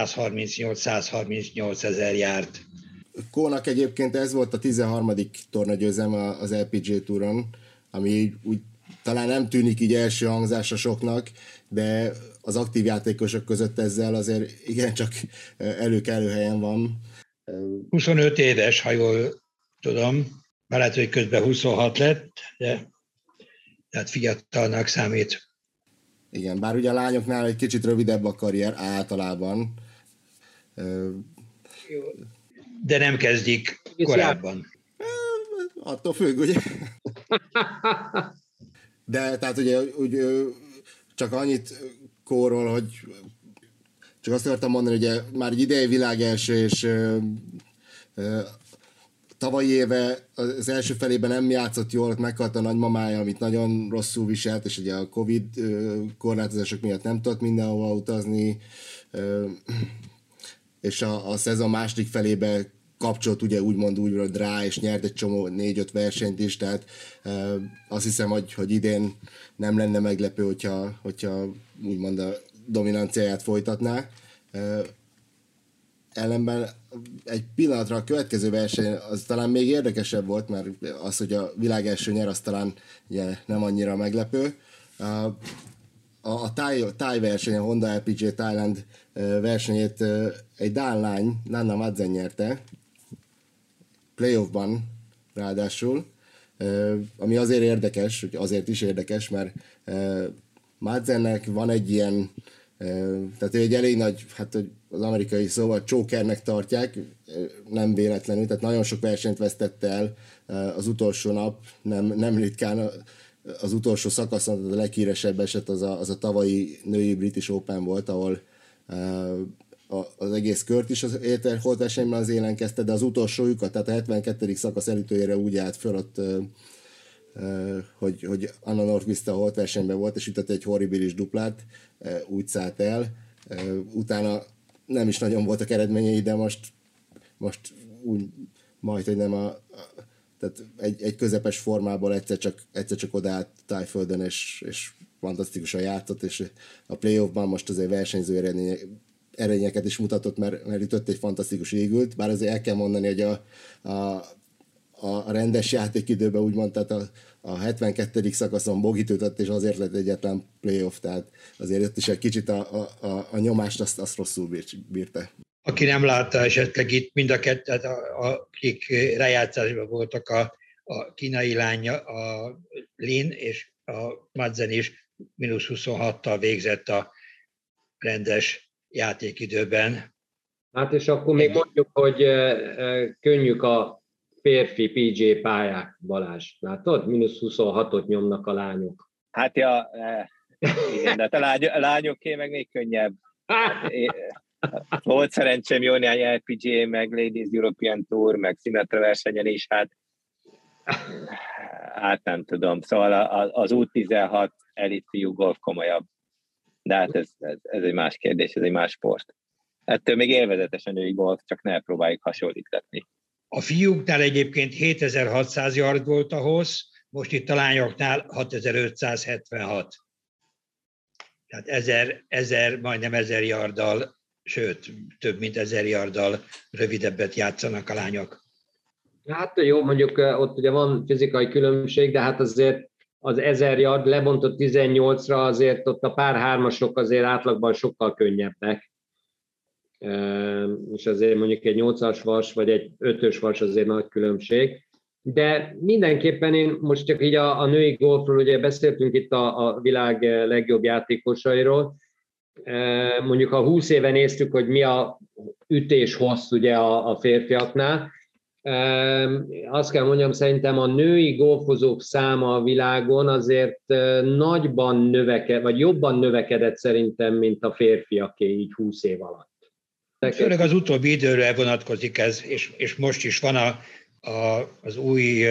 138 ezer járt. Kónak egyébként ez volt a 13. tornagyőzelme az LPGA Touron, ami úgy talán nem tűnik így első hangzásra soknak, de az aktív játékosok között ezzel azért igencsak előkelő helyen van. 25 éves, ha jól tudom, már lehet, hogy közben 26 lett, de tehát fiatalnak számít. Igen, bár ugye a lányoknál egy kicsit rövidebb a karrier általában. De nem kezdik korábban. Attól függ, ugye? De tehát ugye úgy, csak annyit kórol, hogy csak azt akartam mondani, hogy ugye már egy idei világelső, és tavalyi éve az első felében nem játszott jól, meghalt a nagymamája, amit nagyon rosszul viselt, és ugye a Covid korlátozások miatt nem tudott mindenhova utazni, és a szezon második felébe kapcsolt ugye úgymond rá, és nyert egy csomó 4-5 versenyt is, tehát azt hiszem, hogy idén nem lenne meglepő, hogyha úgymond a dominanciáját folytatná. Ellenben egy pillanatra a következő verseny az talán még érdekesebb volt, mert az, hogy a világelső nyer, az talán ugye nem annyira meglepő. A Thai verseny, a Honda LPGA Thailand versenyét egy dán lány, Nanna Madsen nyerte, playoffban ráadásul, ami azért érdekes, azért is érdekes, mert Madsennek van egy ilyen, tehát ő egy elég nagy, hát az amerikai szóval chokernek tartják, nem véletlenül, tehát nagyon sok versenyt vesztette el az utolsó nap, nem ritkán az utolsó szakaszon, a leghíresebb eset az a tavalyi női British Open volt, ahol az egész kört is az holtversenyben az élen kezdte, de az utolsó lyukat, tehát a 72. szakasz elütőjére úgy állt föl ott, hogy Anna Nordqvist a holtversenyben volt, és ütött egy horribilis duplát, úgy szállt el. Utána nem is nagyon voltak eredményei, de most úgy majd, hogy nem tehát egy közepes formából egyszer csak odaállt Tájföldön, és fantasztikusan játszott, és a playoffban most azért versenyző eredményeket is mutatott, mert ütött egy fantasztikus égült, bár azért el kell mondani, hogy a rendes játékidőben úgymond, tehát a 72. szakaszon bogit ütött, és azért lett egyetlen playoff, tehát azért ott is egy kicsit a nyomást azt rosszul bírta. Aki nem látta esetleg itt mind a kettőt, akik rájátszásban voltak, a kínai lány, a Lin és a Madsen is -26-tal végzett a rendes játékidőben. Hát és akkor még mondjuk, hogy könnyűk a férfi PGA pályák, Balázs. Látod? -26-ot nyomnak a lányok. Hát ja, igen, de a lányoké meg még könnyebb. Volt szerencsém jó néhány LPGA, meg Ladies European Tour, meg Sinatra versenyen is, hát nem tudom. Szóval az U16 elit fiú golf komolyabb. De hát ez egy más kérdés, ez egy más sport. Ettől még élvezetes a női golf, csak ne próbáljuk hasonlítani. A fiúknál egyébként 7600 yard volt a hossz, most itt a lányoknál 6576. Tehát majdnem 1000 yarddal, sőt, több mint 1000 yarddal rövidebbet játszanak a lányok. Hát jó, mondjuk ott ugye van fizikai különbség, de hát azért az 1000 yard lebontott 18-ra, azért ott a pár hármasok azért átlagban sokkal könnyebbek. És azért mondjuk egy 8-as vas, vagy egy 5-ös vas azért nagy különbség. De mindenképpen én most csak így a női golfról, ugye beszéltünk itt a világ legjobb játékosairól, mondjuk ha 20 éve néztük, hogy mi a ütés hossz ugye a férfiaknál, azt kell mondjam, szerintem a női golfozók száma a világon azért nagyban vagy jobban növekedett szerintem, mint a férfiaké így 20 év alatt. Főleg az utóbbi időre vonatkozik ez, és most is van az új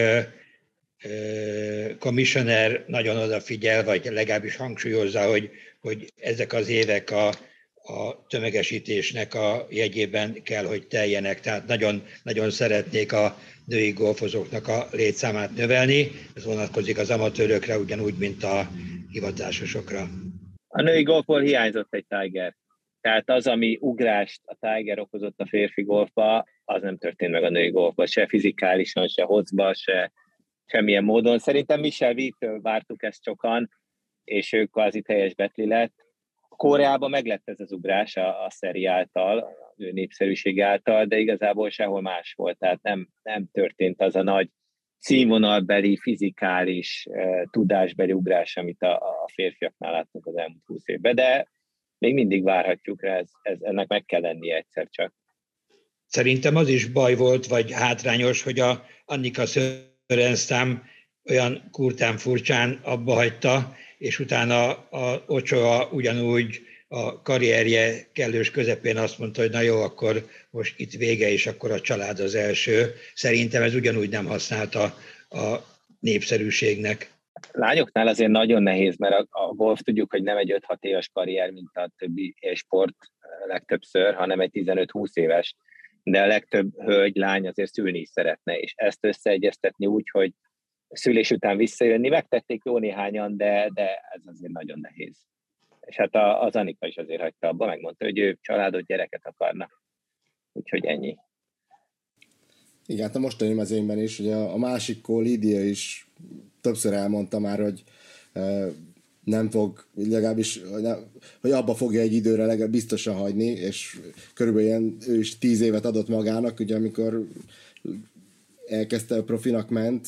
commissioner nagyon odafigyel, vagy legalábbis hangsúlyozza, hogy ezek az évek a tömegesítésnek a jegyében kell, hogy teljenek. Tehát nagyon, nagyon szeretnék a női golfozóknak a létszámát növelni. Ez vonatkozik az amatőrökre, ugyanúgy, mint a hivatásosokra. A női golfból hiányzott egy Tiger. Tehát az, ami ugrást a Tiger okozott a férfi golfba, az nem történt meg a női golfba, se fizikálisan, se hosszba, se semmilyen módon. Szerintem Michelle Wie-től vártuk ezt sokan, és ő kvázi teljes betli lett. Koreában meglett ez az ugrás a szeri által, a ő népszerűség által, de igazából sehol más volt, tehát nem történt az a nagy színvonalbeli, fizikális, tudásbeli ugrás, amit a férfiaknál láttunk az elmúlt 20 évben, de még mindig várhatjuk rá, ennek meg kell lennie egyszer csak. Szerintem az is baj volt, vagy hátrányos, hogy a Annika Sörenstam olyan kurtán furcsán abba hagyta, és utána a Ochoa ugyanúgy a karrierje kellős közepén azt mondta, hogy na jó, akkor most itt vége, és akkor a család az első. Szerintem ez ugyanúgy nem használta a népszerűségnek. Lányoknál azért nagyon nehéz, mert a golf tudjuk, hogy nem egy 5-6 éves karrier, mint a többi sport legtöbbször, hanem egy 15-20 éves. De a legtöbb hölgy, lány azért szülni is szeretne, és ezt összeegyeztetni úgy, hogy szülés után visszajönni, megtették jó néhányan, de ez azért nagyon nehéz. És hát az Annika is azért hagyta abba, megmondta, hogy ő családot, gyereket akarna. Úgyhogy ennyi. Igen, hát a mostani mezőnyben is, ugye a másik Lídia is többször elmondta már, hogy nem fog, legalábbis, hogy abba fogja egy időre legalább biztosan hagyni, és körülbelül ilyen, ő is 10 évet adott magának, ugye amikor elkezdte a profinak ment,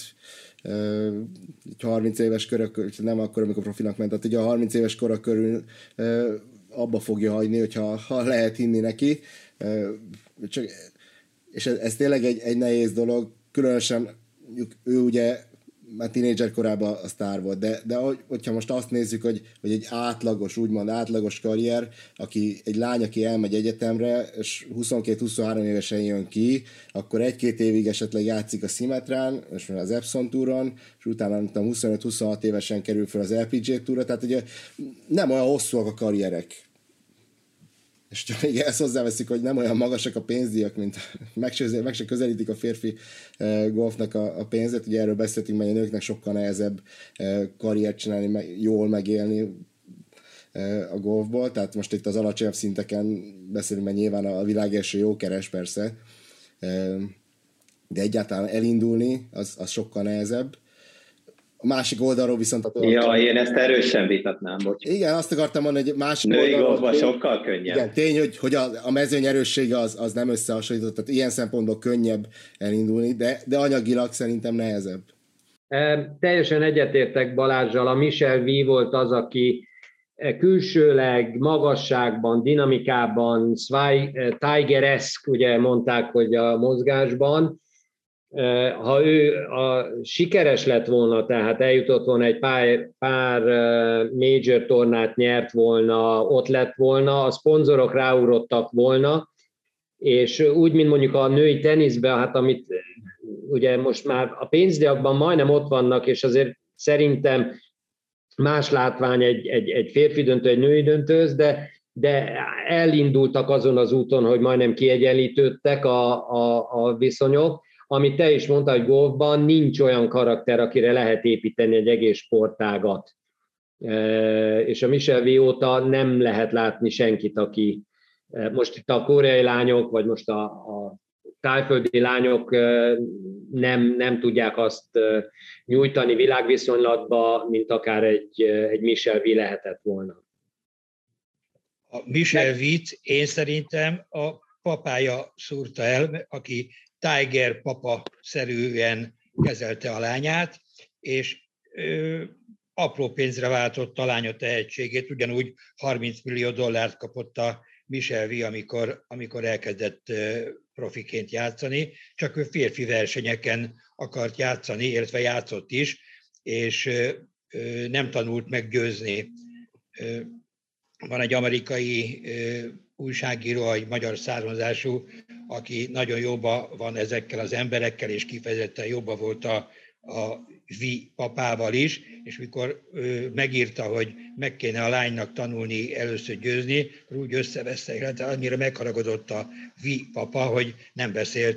30 éves körök, nem akkor, amikor profinak ment, tehát ugye a 30 éves korok körül abba fogja hagyni, hogyha lehet hinni neki. És ez tényleg egy nehéz dolog, különösen ő ugye már tínédzser korában a sztár volt, de hogyha most azt nézzük, hogy egy átlagos, úgymond átlagos karrier, egy lány, aki elmegy egyetemre, és 22-23 évesen jön ki, akkor 1-2 évig esetleg játszik a Symmetrán, és az Epson Touron, és utána 25-26 évesen kerül fel az LPGA Tourra, tehát ugye nem olyan hosszúak a karrierek. És csak még ezt hozzáveszik, hogy nem olyan magasak a pénzdíjak, mint meg se közelítik a férfi golfnak a pénzet. Ugye erről beszéltünk, mert a nőknek sokkal nehezebb karriert csinálni, jól megélni a golfból. Tehát most itt az alacsonyabb szinteken beszélünk, mert nyilván a világ első jó keres persze, de egyáltalán elindulni az sokkal nehezebb. A másik oldalról viszont... Én ezt erősen vitatnám, bocs. Igen, azt akartam mondani, hogy másik női oldalról... golfban sokkal könnyebb. Igen, tény, hogy a mezőny erőssége az nem összehasonlított, tehát ilyen szempontból könnyebb elindulni, de anyagilag szerintem nehezebb. Teljesen egyetértek Balázsral, a Michel V volt az, aki külsőleg, magasságban, dinamikában, Tiger-eszk, ugye mondták, hogy a mozgásban, ha ő sikeres lett volna, tehát eljutott volna egy pár major tornát nyert volna, ott lett volna, a szponzorok ráugrottak volna, és úgy, mint mondjuk a női teniszben, hát amit ugye most már a pénzdíjakban majdnem ott vannak, és azért szerintem más látvány egy férfi döntő, egy női döntőz, de elindultak azon az úton, hogy majdnem kiegyenlítődtek a viszonyok. Amit te is mondtál, hogy golfban nincs olyan karakter, akire lehet építeni egy egész sportágat. És a Michel V óta nem lehet látni senkit, aki most itt a koreai lányok, vagy most a tájföldi lányok nem tudják azt nyújtani világviszonylatba, mint akár egy Michel V lehetett volna. A Michel V-t én szerintem a papája szúrta el, aki Tiger papa-szerűen kezelte a lányát, és apró pénzre váltotta a lánya tehetségét, ugyanúgy $30 millió kapott a Michel V, amikor elkezdett profiként játszani, csak ő férfi versenyeken akart játszani, illetve játszott is, és nem tanult meg győzni. Van egy amerikai újságíró, egy magyar származású, aki nagyon jobban van ezekkel az emberekkel, és kifejezetten jobban volt a V papával is, és mikor megírta, hogy meg kéne a lánynak tanulni először győzni, akkor úgy összeveszte, illetve annyira megharagudott a V papa, hogy nem beszélt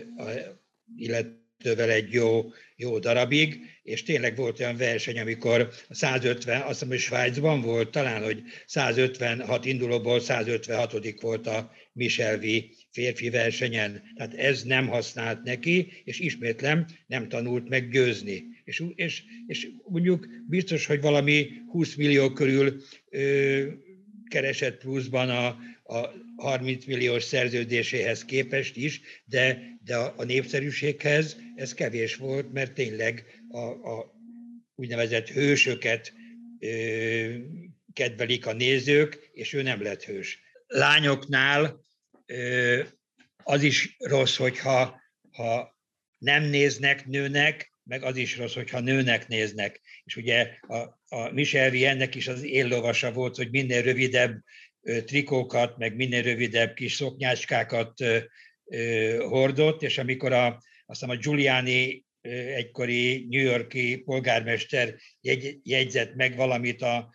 illetővel egy jó darabig, és tényleg volt olyan verseny, amikor 150, azt hiszem, hogy Svájcban volt talán, hogy 156 indulóból 156. volt a Michel V férfi versenyen. Tehát ez nem használt neki, és ismétlem nem tanult meg győzni. És mondjuk biztos, hogy valami 20 millió körül keresett pluszban a 30 milliós szerződéséhez képest is, de a népszerűséghez ez kevés volt, mert tényleg a úgynevezett hősöket kedvelik a nézők, és ő nem lett hős. Lányoknál az is rossz, hogyha nem néznek nőnek, meg az is rossz, hogyha nőnek néznek. És ugye a Michelle Vienne-nek is az éllovasa volt, hogy minél rövidebb trikókat, meg minél rövidebb kis szoknyácskákat hordott, és amikor azt hiszem a Giuliani egykori New York-i polgármester jegyzett meg valamit a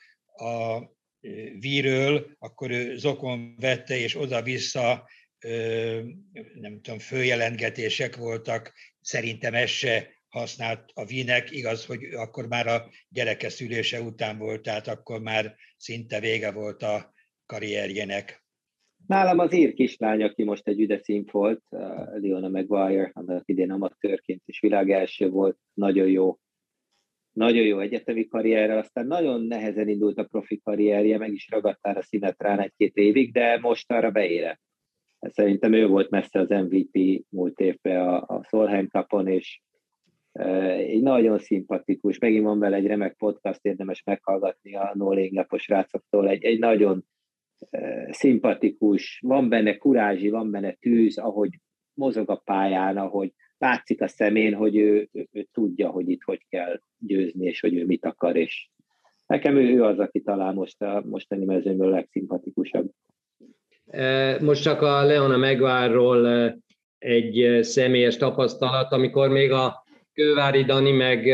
víről, akkor ő zokon vette, és oda-vissza, nem tudom, följelentgetések voltak, szerintem ez se használt a vínek, igaz, hogy akkor már a gyereke szülése után volt, tehát akkor már szinte vége volt a karrierjének. Nálam az ír kislány, aki most egy üdeszín volt, Leona Maguire, annak idén amatőrként is világ első volt, nagyon jó egyetemi karrierrel, aztán nagyon nehezen indult a profi karrierje, meg is ragadtál a Sinetrán 1-2 évig, de most arra beérett. Szerintem ő volt messze az MVP múlt évben a Solheim Cupon, és egy nagyon szimpatikus, megint van vele egy remek podcast, érdemes meghallgatni a No Leg lapos rácoktól, egy nagyon szimpatikus, van benne kurázsi, van benne tűz, ahogy mozog a pályán, ahogy látszik a szemén, hogy ő tudja, hogy itt hogy kell győzni, és hogy ő mit akar, és nekem ő az, aki talán most a mostani mezőnből legszimpatikusabb. Most csak a Leona Maguire-ról egy személyes tapasztalat, amikor még a Kővári Dani meg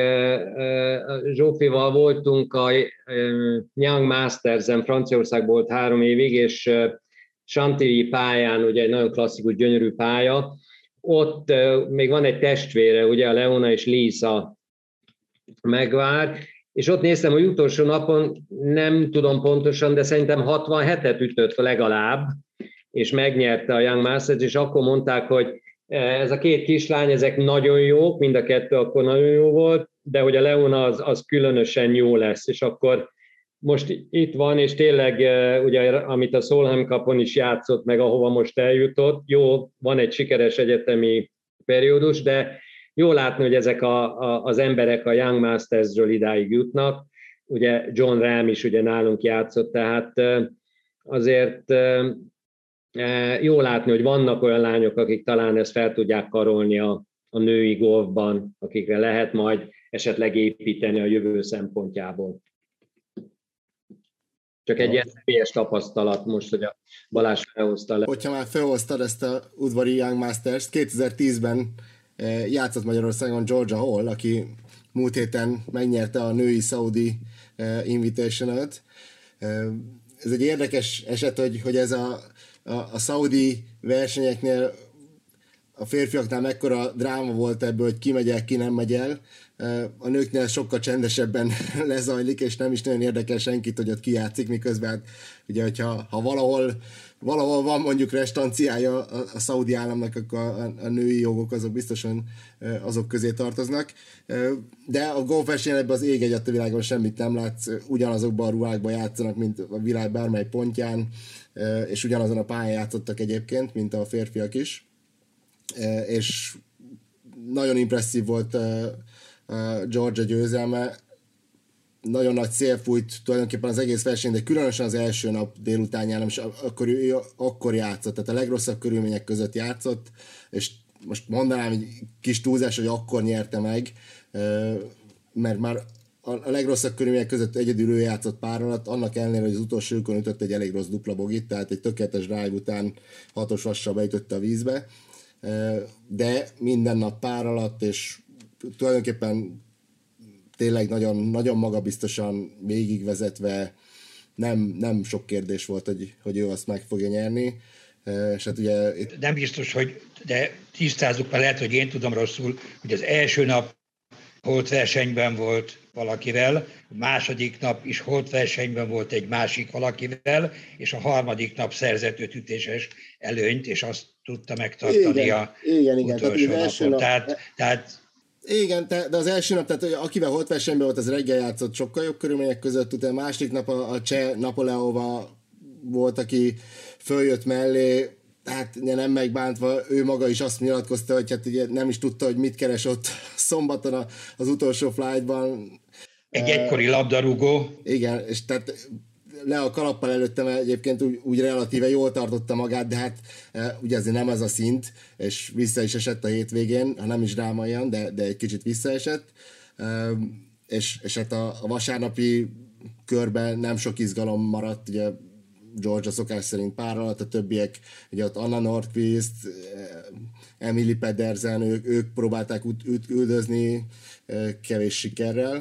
Zsófival voltunk a Young Masters-en, Franciaországban volt 3 évig, és Chantilly pályán, ugye egy nagyon klasszikus, gyönyörű pálya, ott még van egy testvére, ugye a Leona és Lisa Maguire, és ott néztem, hogy utolsó napon, nem tudom pontosan, de szerintem 67-et ütött legalább, és megnyerte a Young Masters, és akkor mondták, hogy ez a 2 kislány, ezek nagyon jók, mind a 2 akkor nagyon jó volt, de hogy a Leona az különösen jó lesz, és akkor most itt van, és tényleg, ugye, amit a Solheim Cupon is játszott, meg ahova most eljutott, jó, van egy sikeres egyetemi periódus, de jó látni, hogy ezek az emberek a Young Masters-ről idáig jutnak. Ugye John Ram is ugye nálunk játszott, tehát azért jó látni, hogy vannak olyan lányok, akik talán ezt fel tudják karolni a női golfban, akikre lehet majd esetleg építeni a jövő szempontjából. Csak egy ilyen személyes tapasztalat most, hogy a Balázs felhozta le. Hogyha már felhoztad ezt a udvari Young Masters, 2010-ben játszott Magyarországon Georgia Hall, aki múlt héten megnyerte a női Saudi Invitational-t. Ez egy érdekes eset, hogy ez a szaudi versenyeknél a férfiaknál mekkora dráma volt ebből, hogy ki megy el, ki nem megy el. A nőknél sokkal csendesebben lezajlik, és nem is nagyon érdekel senkit, hogy ott ki játszik, miközben hát, ugye, hogyha valahol van mondjuk restanciája a szaudi államnak, akkor a női jogok azok biztosan azok közé tartoznak. De a golfversenyen ebben az ég egyet a világon semmit nem látsz, ugyanazokban a ruhákban játszanak, mint a világ bármely pontján, és ugyanazon a pályán játszottak egyébként, mint a férfiak is. És nagyon impresszív volt Georgia győzelme. Nagyon nagy szél fújt tulajdonképpen az egész verseny, de különösen az első nap délutánján, és akkor játszott, tehát a legrosszabb körülmények között játszott, és most mondanám egy kis túlzás, hogy akkor nyerte meg, mert már a legrosszabb körülmények között egyedül ő játszott pár alatt, annak ellenére, hogy az utolsó lyukon ütött egy elég rossz dupla bogit, tehát egy tökéletes drive után 6-os vassal beütötte a vízbe, de minden nap pár alatt, és tulajdonképpen tényleg nagyon, nagyon magabiztosan végigvezetve, nem sok kérdés volt, hogy ő azt meg fogja nyerni. És hát ugye nem biztos, hogy, de tisztázzuk, mert lehet, hogy én tudom rosszul, hogy az első nap holt versenyben volt valakivel, a második nap is holt versenyben volt egy másik valakivel, és a harmadik nap szerzett 5 ütéses előnyt, és azt tudta megtartani igen, utolsó napon. Tehát igen, de az első nap, tehát akivel holt versenyben volt, az reggel játszott sokkal jobb körülmények között, utána második nap a cseh Napoleóval volt, aki följött mellé, hát nem megbántva, ő maga is azt nyilatkozta, hogy hát ugye nem is tudta, hogy mit keres ott szombaton az utolsó flightban. Egy egykori labdarúgó. Igen, és tehát le a kalappal előttem egyébként úgy relatíve jól tartotta magát, de hát ugye azért nem ez a szint, és vissza is esett a hétvégén, ha nem is drámaian, de egy kicsit visszaesett, és hát a vasárnapi körben nem sok izgalom maradt, ugye Georgia szokás szerint pár alatt, a többiek, ugye ott Anna Nordqvist, Emily Pedersen, ők próbálták üldözni kevés sikerrel.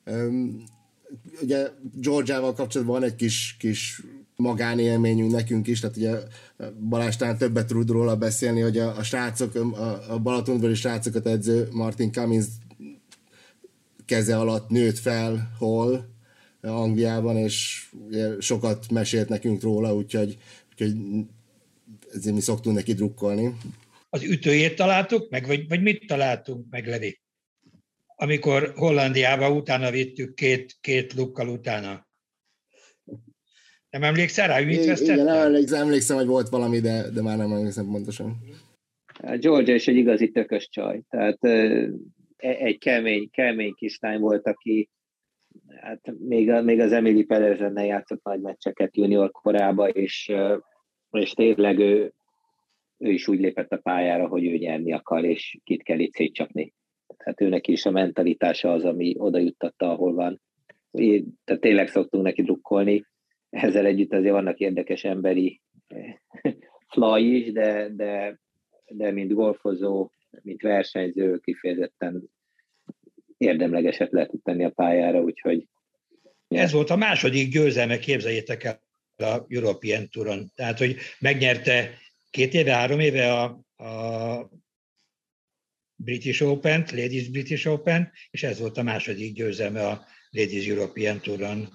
Ugye Georgiával kapcsolatban van egy kis magánélményünk nekünk is, tehát ugye Balázs talán többet tud róla beszélni, hogy a srácok, a Balatonvölgyi srácokat edző Martin Cummins keze alatt nőtt fel Hall Angliában, és sokat mesélt nekünk róla, úgyhogy ezért mi szoktunk neki drukkolni. Az ütőjét találtuk meg, vagy mit találtunk meg, Levi? Amikor Hollandiába utána vittük két lukkal utána. Nem emlékszel rá, hogy mit vesztettem? Igen, emlékszem, hogy volt valami, de már nem emlékszem pontosan. Georgia is egy igazi tökös csaj. Tehát egy kemény kislány volt, aki hát még az Emily Pedersennel játszott nagy meccseket junior korában, és tényleg ő is úgy lépett a pályára, hogy ő nyerni akar, és kit kell itt szétcsapni. Tehát őnek is a mentalitása az, ami oda juttatta, ahol van. Tehát tényleg szoktunk neki drukkolni. Ezzel együtt azért vannak érdekes emberi flaw is, de mint golfozó, mint versenyző kifejezetten érdemlegeset lehet tenni a pályára, úgyhogy... Ez volt a második győzelme, képzeljétek el a European Touron. Tehát, hogy megnyerte 3 éve a British Open-t, Ladies British Open, és ez volt a második győzelme a Ladies European Touron.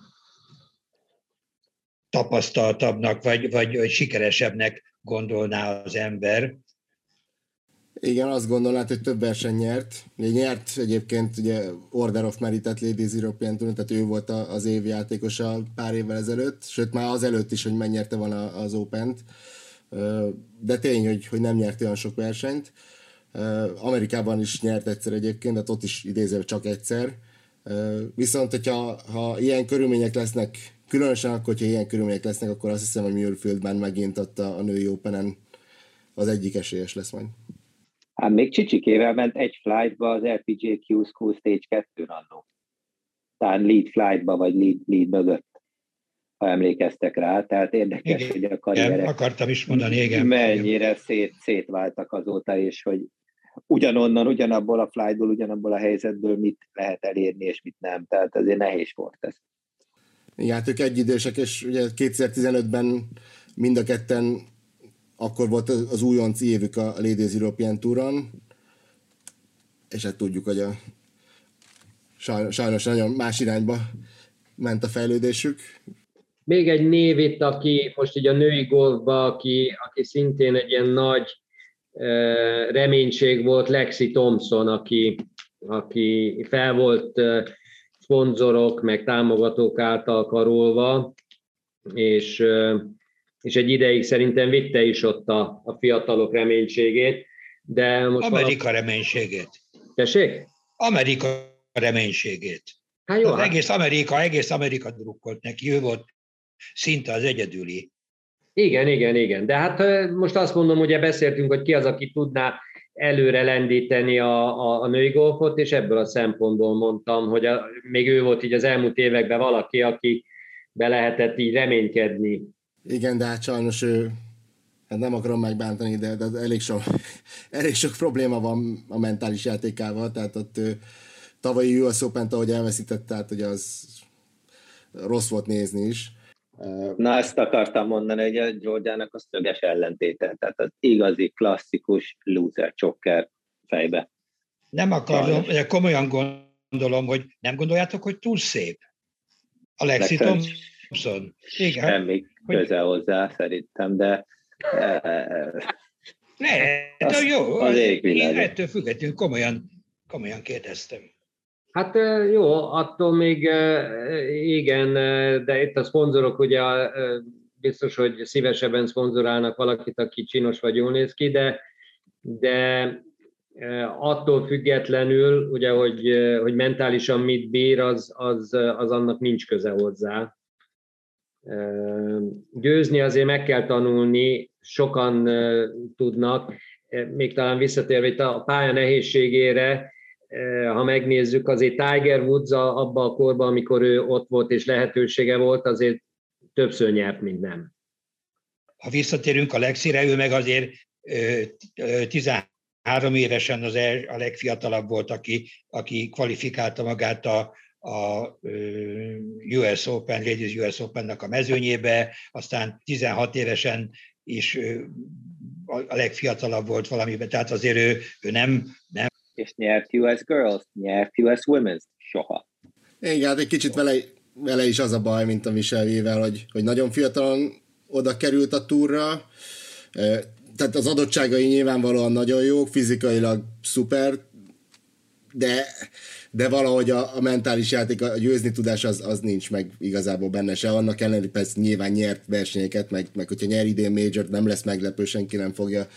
Tapasztaltabbnak, vagy sikeresebbnek gondolná az ember. Igen, azt gondolnád, hogy több verseny nyert. Nyert egyébként ugye Order of Merit-et Ladies European Touron, tehát ő volt az év játékosa pár évvel ezelőtt, sőt már az előtt is, hogy megnyerte volna az Open-t. De tény, hogy nem nyert olyan sok versenyt. Amerikában is nyert egyszer egyébként, de ott is idézve csak egyszer. Viszont, hogyha ilyen körülmények lesznek, különösen akkor, hogyha ilyen körülmények lesznek, akkor azt hiszem, hogy Muirfieldben megint ott a női Openen az egyik esélyes lesz majd. Hát még csicsikével ment egy flightba az LPGA Q School Stage 2-n annó. Talán lead flightba, vagy lead mögött, ha emlékeztek rá. Tehát érdekes, igen, hogy a karrierek akartam is mondani, igen. Mennyire szétváltak azóta, és hogy ugyanabból a flightból, ugyanabból a helyzetből mit lehet elérni, és mit nem. Tehát azért nehéz volt ez. Igen, hát ők egyidősek, és ugye 2015-ben mind a ketten akkor volt az újonc évük a Ladies European Touron, és hát tudjuk, hogy sajnos nagyon más irányba ment a fejlődésük. Még egy név itt, aki most így a női golfban, aki szintén egy ilyen nagy reménység volt, Lexi Thompson, aki fel volt szponzorok, meg támogatók által karolva, és egy ideig szerintem vitte is ott a fiatalok reménységét. De most Amerika reménységét. Tessék? Amerika reménységét. Hát jó, egész Amerika drukkolt neki, ő volt szinte az egyedüli. Igen. De hát most azt mondom, ugye beszéltünk, hogy ki az, aki tudná előre lendíteni a női golfot, és ebből a szempontból mondtam, hogy még ő volt így az elmúlt években valaki, aki be lehetett így reménykedni. Igen, de hát sajnos ő, hát nem akarom megbántani, de elég sok probléma van a mentális játékával, tehát ott tavalyi US Open-t, ahogy elveszített, tehát hogy az rossz volt nézni is. Na, ezt akartam mondani, hogy a Georgiának a szöges ellentéte, tehát az igazi, klasszikus loser choker fejbe. Nem akarom, de komolyan gondolom, hogy nem gondoljátok, hogy túl szép a Lexi Thompson. Igen. Semmi köze hozzá, szerintem, de... Jó, én ettől függetlenül komolyan kérdeztem. Hát jó, attól még igen, de itt a szponzorok ugye biztos, hogy szívesebben szponzorálnak valakit, aki csinos vagy jól néz ki, de attól függetlenül, ugye, hogy mentálisan mit bír, az annak nincs köze hozzá. Győzni azért meg kell tanulni, sokan tudnak, még talán visszatérve itt a pálya nehézségére, ha megnézzük, azért Tiger Woods abban a korban, amikor ő ott volt és lehetősége volt, azért többször nyert, mint nem. Ha visszatérünk a Lexire, ő meg azért 13 évesen a legfiatalabb volt, aki kvalifikálta magát a US Open, Ladies US Opennak a mezőnyébe, aztán 16 évesen is a legfiatalabb volt valamiben, tehát azért ő nem. És nyert US Girls, nyert US Women's, soha. Igen, hát egy kicsit vele is az a baj, mint a Michelle-vével, hogy nagyon fiatalon oda került a túrra, tehát az adottságai nyilvánvalóan nagyon jók, fizikailag szuper, de valahogy a mentális játék, a győzni tudás az nincs meg igazából benne se. Annak ellenére persze nyilván nyert versenyeket, meg hogyha nyer idén Major-t, nem lesz meglepő, senki nem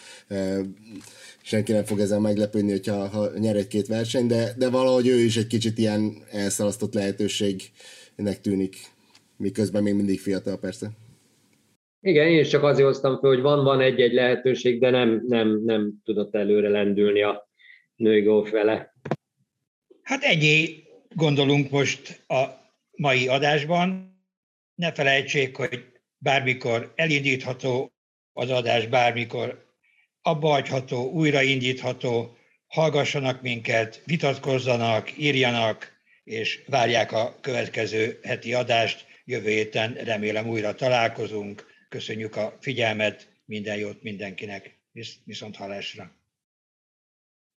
fog ezen meglepődni, hogyha nyer egy-két verseny, de valahogy ő is egy kicsit ilyen elszalasztott lehetőségnek tűnik, miközben még mindig fiatal persze. Igen, én is csak azért hoztam fel, hogy van egy-egy lehetőség, de nem tudott előre lendülni a női golf vele. Hát ennyi gondolunk most a mai adásban. Ne felejtsék, hogy bármikor elindítható az adás, bármikor abbahagyható, újraindítható, hallgassanak minket, vitatkozzanak, írjanak, és várják a következő heti adást. Jövő héten remélem újra találkozunk. Köszönjük a figyelmet, minden jót mindenkinek. Viszont hallásra!